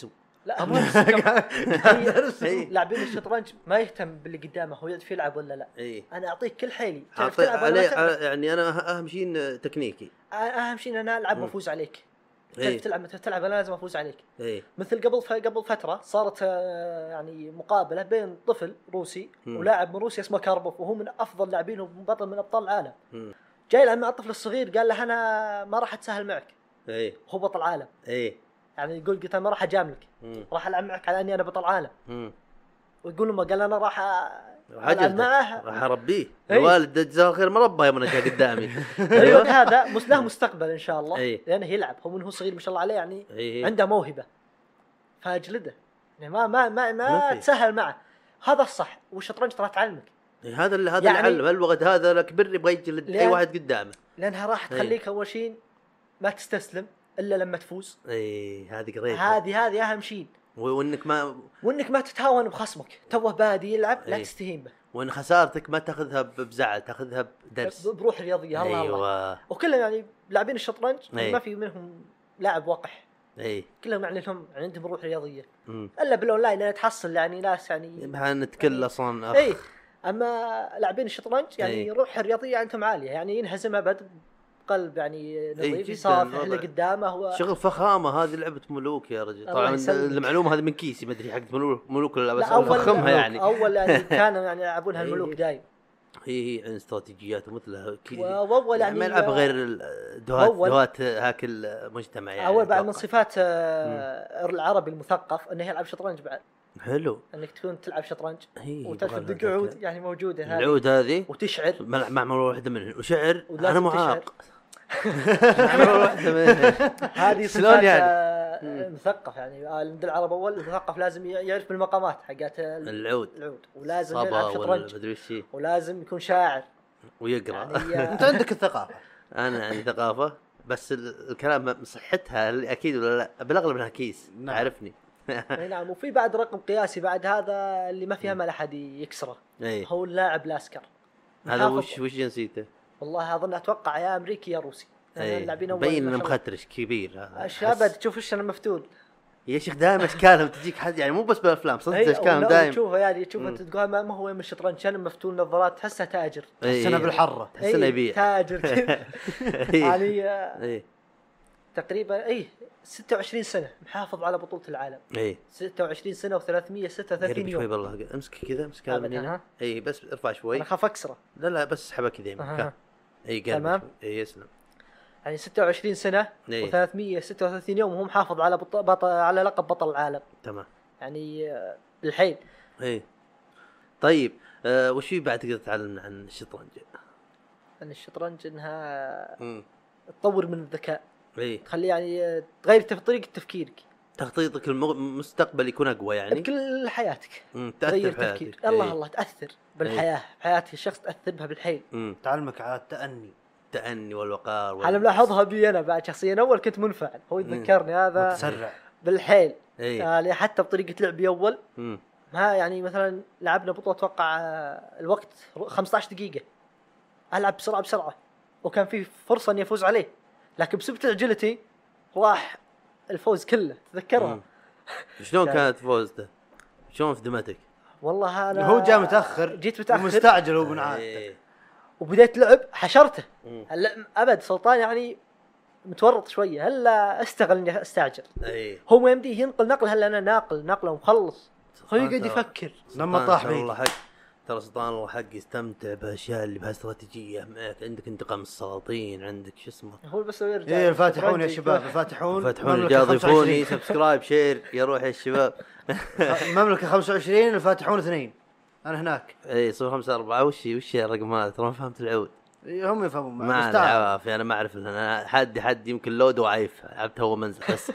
لا هو هي لاعبين الشطرنج ما يهتم باللي قدامه هو يعرف يلعب ولا لا. انا اعطيك كل حيلي تعرف تلعب ولا لا. يعني انا اهم شيء تكنيكي، اهم شيء انا العب وافوز عليك. تعرف تلعب انا لازم افوز عليك. مثل قبل فتره صارت يعني مقابله بين طفل روسي ولاعب من روسيا اسمه كاربوف، وهو من افضل لاعبين وبطل من ابطال العالم. جاي يلعب مع الطفل الصغير قال له انا ما راح اتساهل معك. هو بطل عالم. يعني يقول قلت ما راح اجاملك، راح العب معك على اني انا بطل عالم. ويقول له قال انا راح العب معه، راح اربيه. الوالد جزاه خير مربى يوم انا جاء قدامي. ايوه هذا له مستقبل ان شاء الله، لانه يلعب هو من هو صغير ما شاء الله عليه، يعني عنده موهبه فاجلده. يعني ما تسهل معه. هذا الصح. والشطرنج ترى تعلمك. هذا اللي علم الوقت هذا الكبر يبغى يجلد اي واحد قدامه، لانها راح تخليك اول شيء ما تستسلم الا لما تفوز. هذه قريت، هذه اهم شيء. وانك ما تتهاون بخصمك توه بادي يلعب، لا تستهين به. وان خسارتك ما تاخذها بزعل، تاخذها بدرس، بروح رياضيه. الله وكلهم يعني لاعبين الشطرنج ما في منهم لاعب وقح. كلهم يعني لهم عندهم روح رياضيه. الا بالاونلاين انا تحصل يعني ناس يعني نتكلم اصلا. اما لاعبين الشطرنج يعني روح رياضيه عندهم عاليه، يعني ينهزم ابد قلب يعني نظيف، يصافح اللي قدامه. هو شغل فخامه. هذه لعبه ملوك يا رجل. طبعا المعلومه هذه من كيسي، ما ادري حق ملوك ولا بس فخمها يعني. اول يعني كانوا يعني يلعبونها الملوك دايم. هي عن استراتيجيات ومثلها كذا، واول يعني ما يلعب غير دوات هاك المجتمع يعني. اول بعد من صفات العربي المثقف انه يلعب شطرنج بعد. حلو انك تكون تلعب شطرنج وتاخذ قعود يعني موجوده هذه العود هذه، وتشعر مع واحده منهم وشعر. انا معاق هذه صفات يعني مثقف. يعني عند العرب اول مثقف لازم يعرف بالمقامات حقات العود ولازم يلعب شطرنج ولازم يكون شاعر ويقرا. يعني انت عندك الثقافه. انا عندي ثقافه، بس الكلام صحتها اكيد ولا لا بالاغلب انها كيس. تعرفني. نعم. وفي بعد رقم قياسي بعد هذا اللي ما فيها ما احد يكسره. هو اللاعب لاسكر. هذا وش جنسيته؟ والله اظن اتوقع يا امريكي يا روسي. اللاعبين اول بين انه مخترش كبير هذا. الشباب تشوف ايش انا مفتون يا شيخ. دائما اشكالهم تجيك حد يعني، مو بس بالافلام صدق اشكالهم دائما تشوفه يعني تشوفه تقول ما هو من الشطرنج. انا مفتون نظارات تحسه تاجر، تحسه بالحره، تحسه يبيع تاجر يعني تقريبا 26 سنه محافظ على بطوله العالم. 26 سنه و336 يوم. شوي بالله امسك كذا، امسك هذا من هنا. بس ارفع شوي. انا خاف اكسره. لا بس اسحبها كذا يمكن. تمام. يسلم. يعني 26 سنه و336 يوم وهو محافظ على على لقب بطل العالم. تمام. يعني بالحيل. طيب وش في بعد تقدر تعلمنا عن الشطرنج؟ عن الشطرنج انها تطور من الذكاء. تخلي يعني تغير طريقه تفكيرك، تخطيطك المستقبل يكون اقوى يعني بكل حياتك. تغير تفكير. الله تاثر بالحياه. حياه الشخص تاثر بها بالحيل. تعلمك على التأني والوقار. انا ملاحظها بي انا بعد شخصيا. اول كنت منفعل، هو يتذكرني هذا متسرع بالحيل. يعني حتى بطريقه لعبي اول ما يعني مثلا لعبنا بطوله اتوقع الوقت 15 دقيقه، العب بسرعه وكان في فرصه اني افوز عليه، لكن بسبب عجلتي راح الفوز كله. تذكرها شلون كانت فوزته؟ شلون فدمتك؟ والله انا هو جاء متاخر، جيت متاخر ومستعجل وابن عاد وبديت لعب حشرته. هلا ابد سلطان يعني متورط شويه، هلا استغل اني استعجل. هو ما يمديه ينقل نقل، هلا انا ناقله ومخلص. هو يقعد يفكر لما طاح بي. ترى سلطان الله حق يستمتع باشياء اللي بها استراتيجيه. عندك انتقام السلاطين، عندك شو اسمه هو بس يرجع. الفاتحون يا شباب، الفاتحون ضيفوني سبسكرايب شير يا روح يا الشباب. المملكه 25 الفاتحون 2 انا هناك. 054 وش الرقم هذا؟ ترى ما فهمت العود. هم يفهمون ما اعرف. انا ما اعرف. انا حد يمكن لود وعايف لعبته هو منزل بس.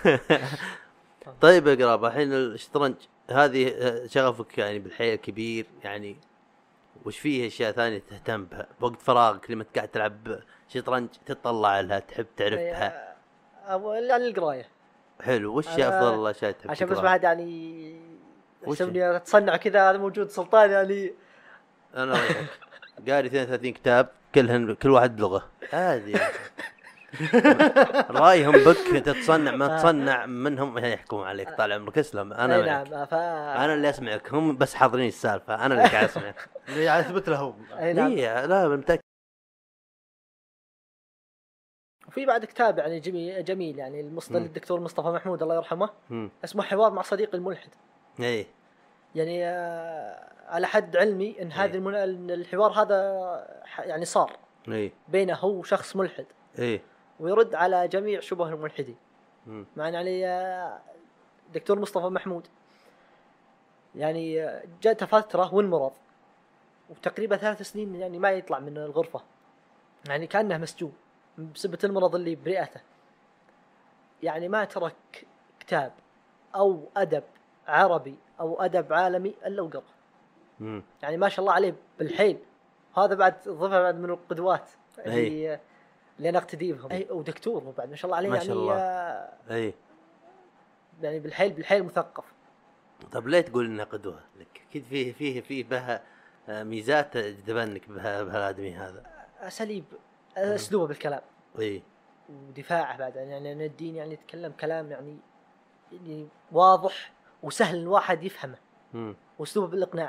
طيب يا قرابه، الحين الشطرنج هذه شغفك يعني بالحيل كبير يعني. وش فيه اشياء ثانيه تهتم بها بوقت فراغك لما قاعد تلعب شطرنج؟ تطلع لها، تحب تعرفها؟ يعني القرايه. حلو. وش افضل الاشياء تحب عشان بس بعد يعني حسبني اتصنع كذا. هذا موجود سلطان يعني. انا قاري 32 كتاب كل واحد بلغه. هذه رايهم بك تتصنع ما تصنع منهم يحكمون عليك طال عمرك. اسلم انا معك. نعم انا اللي اسمعك، هم بس حاضرين السالفه، انا اللي قاعد اسمعك. اللي قاعد اثبت له. نعم. لا متأكد. وفي بعد كتاب يعني جميل يعني الدكتور مصطفى محمود الله يرحمه، اسمه حوار مع صديقي الملحد. اي يعني على حد علمي ان هذا الحوار هذا يعني صار بينه هو شخص ملحد ويرد على جميع شبه الملحدين. مع يعني دكتور مصطفى محمود يعني جاءت فترة والمرض وتقريبا 3 سنين يعني ما يطلع من الغرفة، يعني كأنه مسجون بسبب المرض اللي برئته. يعني ما ترك كتاب أو أدب عربي أو أدب عالمي إلا وقرأ. يعني ما شاء الله عليه بالحيل. هذا بعد ضفه بعد من القدوات اللي أنا أقتدي بهم. ودكتور بعد ما شاء الله عليه ما يعني شاء الله. يعني بالحيل مثقف. طب ليه تقول إنه قدوة لك؟ أكيد فيه بها ميزات تبنك بها الآدمي هذا. أساليب أسلوبه بالكلام. ودفاعه بعد يعني الدين يعني يتكلم كلام يعني واضح وسهل الواحد يفهمه. وأسلوبه بالإقناع.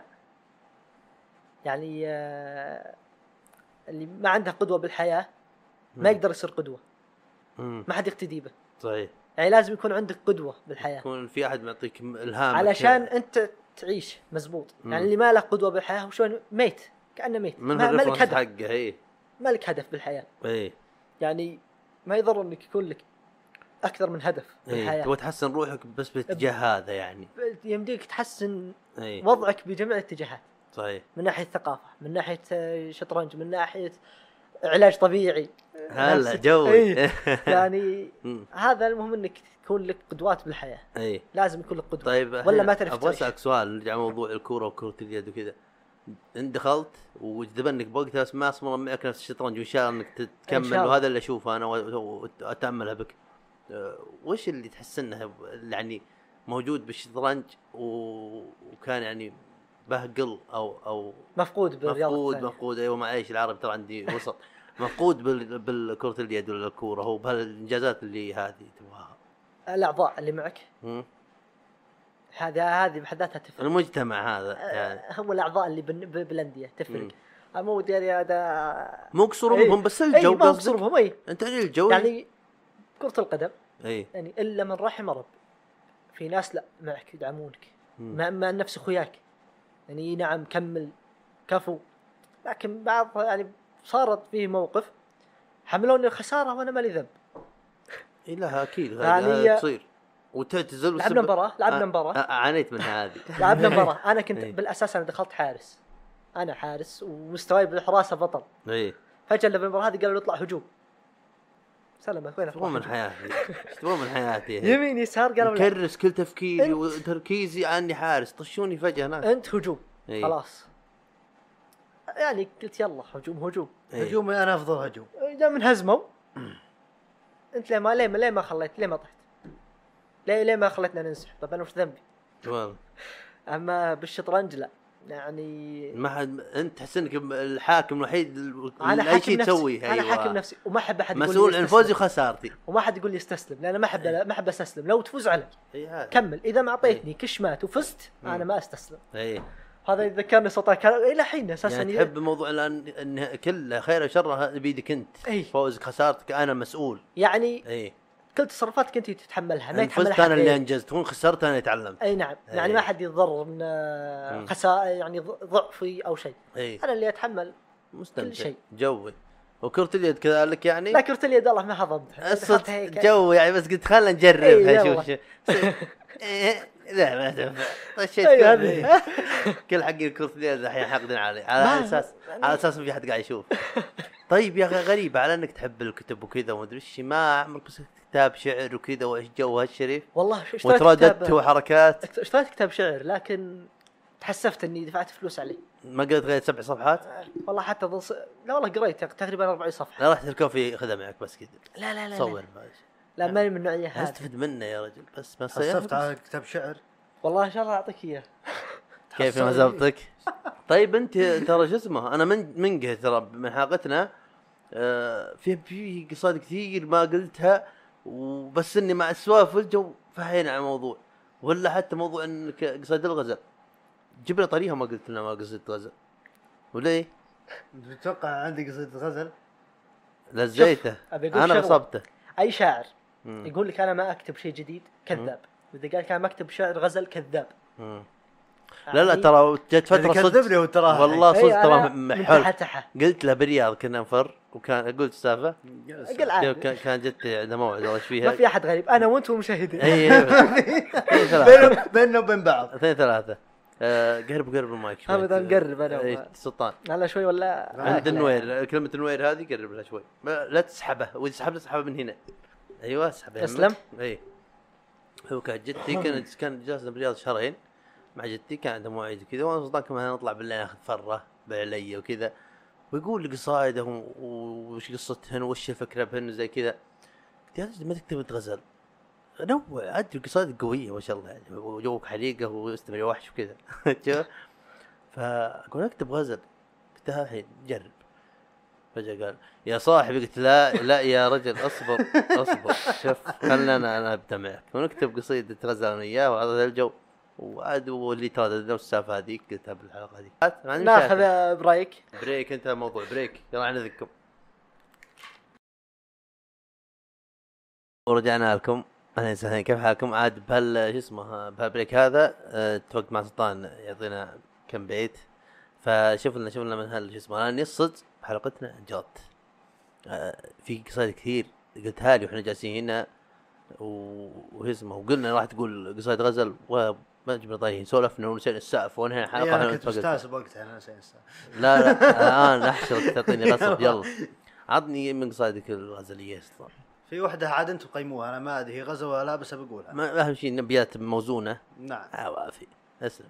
يعني اللي ما عنده قدوة بالحياة ما يقدر يصير قدوة. ما حد يقتدي به. صحيح. يعني لازم يكون عندك قدوة بالحياة. يكون في أحد معطيك إلهام علشان أنت تعيش مزبوط. يعني اللي ما له قدوة بالحياة وشون ميت كأنه ميت. ما لك هدف حقه. ما لك هدف بالحياة. يعني ما يضر إنك يكون لك أكثر من هدف بالحياة. تبغى تحسن روحك بس باتجاه هذا يعني. يمديك تحسن وضعك بجميع الاتجاهات. صحيح. من ناحية ثقافة، من ناحية شطرنج، من ناحية علاج طبيعي. هلا جوي. يعني هذا المهم انك تكون لك قدوات بالحياة. لازم يكون لك قدوة. طيب ولا ما تعرف. ابغى اسالك سؤال نرجع موضوع الكورة وكرة اليد وكذا. انت دخلت وجذبنك بوقتها بس ما اصلا معك نفس الشطرنج وان شاء الله انك تكمل، وهذا اللي اشوفه انا واتاملها بك. وش اللي تحس انه يعني موجود بالشطرنج وكان يعني بهقل او مفقود بالرياضة مفقود ايوه معليش العربي ترى عندي وسط. مفقود بالكرة اليد ولا الكورة، هو بهالانجازات اللي هذه تبغاها. الاعضاء اللي معك هذه بحد ذاتها تفرق. المجتمع هذا يعني هو الاعضاء اللي بالانديه تفرق. مو يعني هذا مو قصورهم بس الجو. ما قصورهم انت الجو يعني كرة القدم يعني الا من رحم رب. في ناس لا معك يدعمونك مع نفس اخوياك يعني نعم كمل كفو. لكن بعض يعني صارت فيه موقف حملوني الخسارة وانا مالي ذنب. لا اكيد يعني تصير وتعتزل. لعبنا مباراة عانيت من هذه. لعبنا مباراة انا كنت بالاساس انا دخلت حارس، انا حارس ومستواي بالحراسة بطل. فجأة بالمباراة هذه قالوا يطلع هجوم. سلامك وين تبغى من حياتي؟ تبغى من حياتي؟ يمين يسار قالوا كرس كل تفكيري وتركيزي عني حارس، طشوني فجأة هناك. انت هجوم خلاص. يعني قلت يلا هجوم هجومي انا افضل هجوم. اذا من هزموا انت ليه ما خليت ليه ما طحت ليه ما خليتنا ننسحب. طب انا وش ذنبي والله. اما بالشطرنج لا يعني ما حد انت تحس انك الحاكم الوحيد اللي اي شيء تسويه. انا حاكم نفسي وما احب احد يقول مسؤول عن فوزي وخسارتي وما حد يقول لي استسلم لان ما احب استسلم. لو تفوز علي كمل، اذا ما اعطيتني كشمات وفزت انا ما استسلم. هذا يذكرني صوتك الى حين اساسا يعني تحب موضوع الان ان كل خير وشر بيدك انت. فوزك خسارتك انا مسؤول يعني. كل تصرفاتك انت تتحملها. ما يتحملها فزت انا اللي انجزت خسرت انا اللي تعلمت. نعم يعني ما حد يتضرر من يعني ضعفي او شيء. انا اللي اتحمل مستمتع كل شيء. جوي. وكرة اليد كذلك يعني. لا كرة اليد والله ما هضمتها جو يعني بس قلت خلنا نجربها شوف لا ما تنفع. طشيت كل حق كرة اليد الحين حاقدين علي على اساس في حد قاعد يشوف. طيب يا اخي غريبة على انك تحب الكتب وكذا وما ادري ايش، ما عمرك بس كتاب شعر وكذا وايش جو هالشريف والله وترددت وحركات. اشتريت كتاب شعر لكن تحسفت اني دفعت فلوس عليه. ما قريت غير 7 صفحات والله حتى لا والله قريت تقريبا 4 صفحات. لا رحت الكوفي خذها معك بس كذا. لا صور لا ماني من النوعيه هذه. استفد منه يا رجل بس ما صفت على كتاب شعر والله ان شاء الله اعطيك اياه. كيف ما زبطك. طيب انت ترى شو اسمه انا من قهر ترى من حلقتنا في قصائد كثير ما قلتها وبس اني مع السوالف والجو فهينا على الموضوع. ولا حتى موضوع انك قصائد الغزل جيب لي طريقها ما قلت لنا ما قصيدة غزل ولا ايه؟ تتوقع عندي قصيدة غزل؟ لزيته انا غصبته. اي شاعر يقول لك انا ما اكتب شيء جديد كذاب، واذا قال كان مكتب شعر غزل كذاب. لا ترى جت فتره كذبني وترى والله صدق ترى محل. قلت له بالرياض كنا نفر وكان قلت سالفه قل عادي. كان جت عندنا موعد وش فيها ما في احد غريب، انا وانت ومشاهدين. بيننا وبين بعض 2-3. قرب المايك شوي. ابدا قرب انا سلطان هلا شوي ولا عند النوير. كلمه النوير هذه قرب لها شوي، لا تسحبه، واذا سحبت اسحبه من هنا. ايوه اسحبه. اسلم. اي هو كانت جدتي كان جالسنا بالرياض شهرين مع جدتي، كان عندها مواعيد كذا، وانا سلطان كمان نطلع بالليل ناخذ فره بعلي وكذا، ويقول لي قصايدهم وش قصتهن وش الفكره بهن زي كذا. قلت يا رجل ما تكتب غزل، نوع ادري قصائد قويه ما شاء الله يعني، وجوك حريقه واستمر وحش وكذا. شوف فاقول اكتب غزل، قلت ها الحين جرب. فجأة قال يا صاحبي، قلت لا يا رجل اصبر شوف خلنا انا ابدا معك ونكتب قصيده غزل انا وياه وهذا الجو وعاد واللي ترى نفس السالفه هذيك قلتها بالحلقه هذه. ناخذ بريك انت موضوع بريك يلا نذكم. ورجعنا لكم. اهلا وسهلا، كيف حالكم؟ عاد شو اسمه بهالبريك هذا توقف مع سلطان يعطينا كم بيت، فشوفنا من شو اسمه انا نصد حلقتنا جات في قصائد كثير قلتها لي واحنا جالسين هنا واسمه وقلنا راح تقول قصائد غزل وما جبنا طايحين سولفنا ونسينا السقف وانهينا الحلقه. انا كنت مستانس بوقتها انا نسيت السقف. لا الان احشرك تعطيني غصب. يلا عطني من قصائدك الغزليه سلطان. في وحده عاد انتم قيموها، انا ما ادري هي غزل ولا لا بس بقولها. ما اهم شيء نبيات موزونه. نعم عوافي اسلم.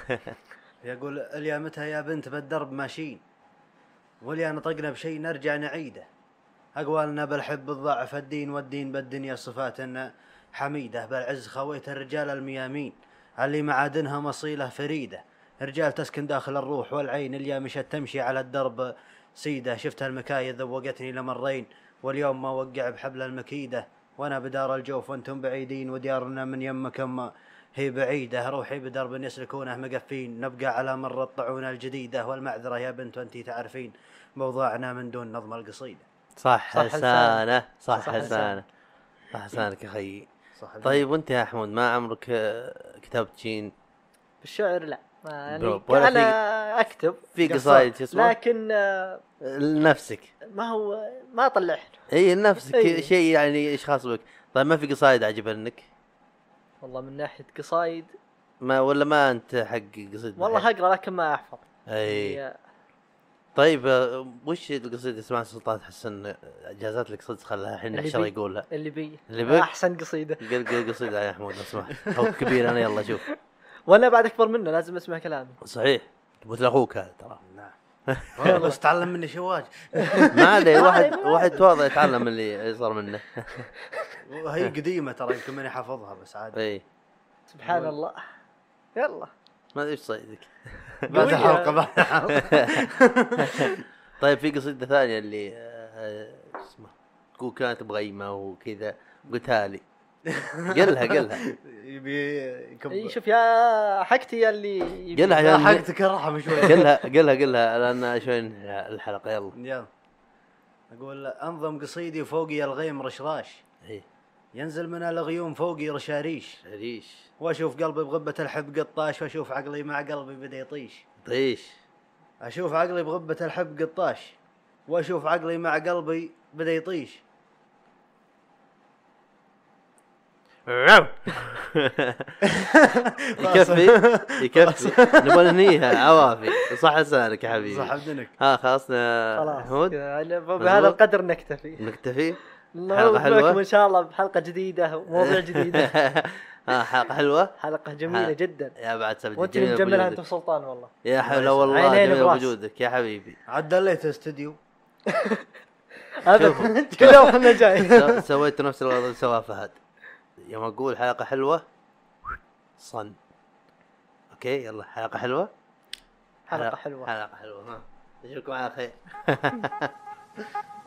يقول اليا متى يا بنت بالدرب ماشيين، وليا نطقنا بشيء نرجع نعيده، اقوالنا بالحب الضعف الدين والدين بالدنيا صفاتنا حميده، بالعز خويت الرجال الميامين اللي معادنها مصيله فريده، رجال تسكن داخل الروح والعين اللي مشت تمشي على الدرب سيده، شفت المكايد ذوقتني لمرين واليوم ما وقع بحبل المكيده، وانا بدار الجوف وانتم بعيدين وديارنا من يمكم هي بعيدة، روحي بدرب يسلكونه مقفين، نبقى على مر الطعون الجديدة، والمعذرة يا بنت وانتي تعرفين موضوعنا من دون نظم القصيدة. صح حسانة صح حسانك يا خيي. طيب وانت يا أحمد ما عمرك كتبت شيء بالشعر؟ لا يعني أنا أكتب في قصايد اسمه لكن لنفسك ما هو ما طلع اي لنفسك شيء يعني ايش خاص بك. طيب ما في قصايد عجبنك؟ والله من ناحية قصايد ما ولا ما انت حق قصيد والله هقرا لكن ما احفظ. اي طيب وش القصيدة اسمها سلطان حسن جازات لك صدق خلها الحين نحشر يقولها اللي بي احسن قصيدة. قل قصيدة يا حمود اسمع هو كبير انا يلا شوف وانا بعد اكبر منه لازم اسمع كلامي. صحيح مثل اخوك هذا ترى. نعم والله استعلم مني شواج. ما عليه واحد تواضع يتعلم اللي صار منه. وهي قديمة ترى يمكن ماني حافظها بس عادي. اي سبحان الله. يلا ما ادري ايش صيدك بعد حلقة طيب في قصيدة ثانية اللي اسمها تقول كانت بغيمة وكذا قلتها لي. قلها يبي شوف يا حقتي اللي قلها حقتك الرحم شوي. قلها لان شوي الحلقة. يلا اقول انظم قصيدي فوقي الغيم رشراش، ينزل من الغيوم فوقي رشاريش، واشوف قلبي بغبة الحب قطاش، واشوف عقلي مع قلبي بدا يطيش. اشوف عقلي بغبة الحب قطاش، واشوف عقلي مع قلبي بدا يطيش. يكفي نبغى ننهيها عوافي. صح لسانك يا حبيبي صح بدنك. خلاص حمود بهذا القدر نكتفي. حلقة حلوة ان شاء الله بحلقة جديدة وموضوع جديد. حلقة حلوة حلقة جميلة جدا يا بعد سبت وانت مجملها انت وسلطان والله يا حول والله جميل وجودك يا حبيبي. عدليت استوديو هذا كذا واحنا جاي سويت نفس الغلط اللي سواه فهد يوم اقول حلقة حلوة صن. اوكي يلا حلقة حلوة حلقة حلوة نشوفكم على خير.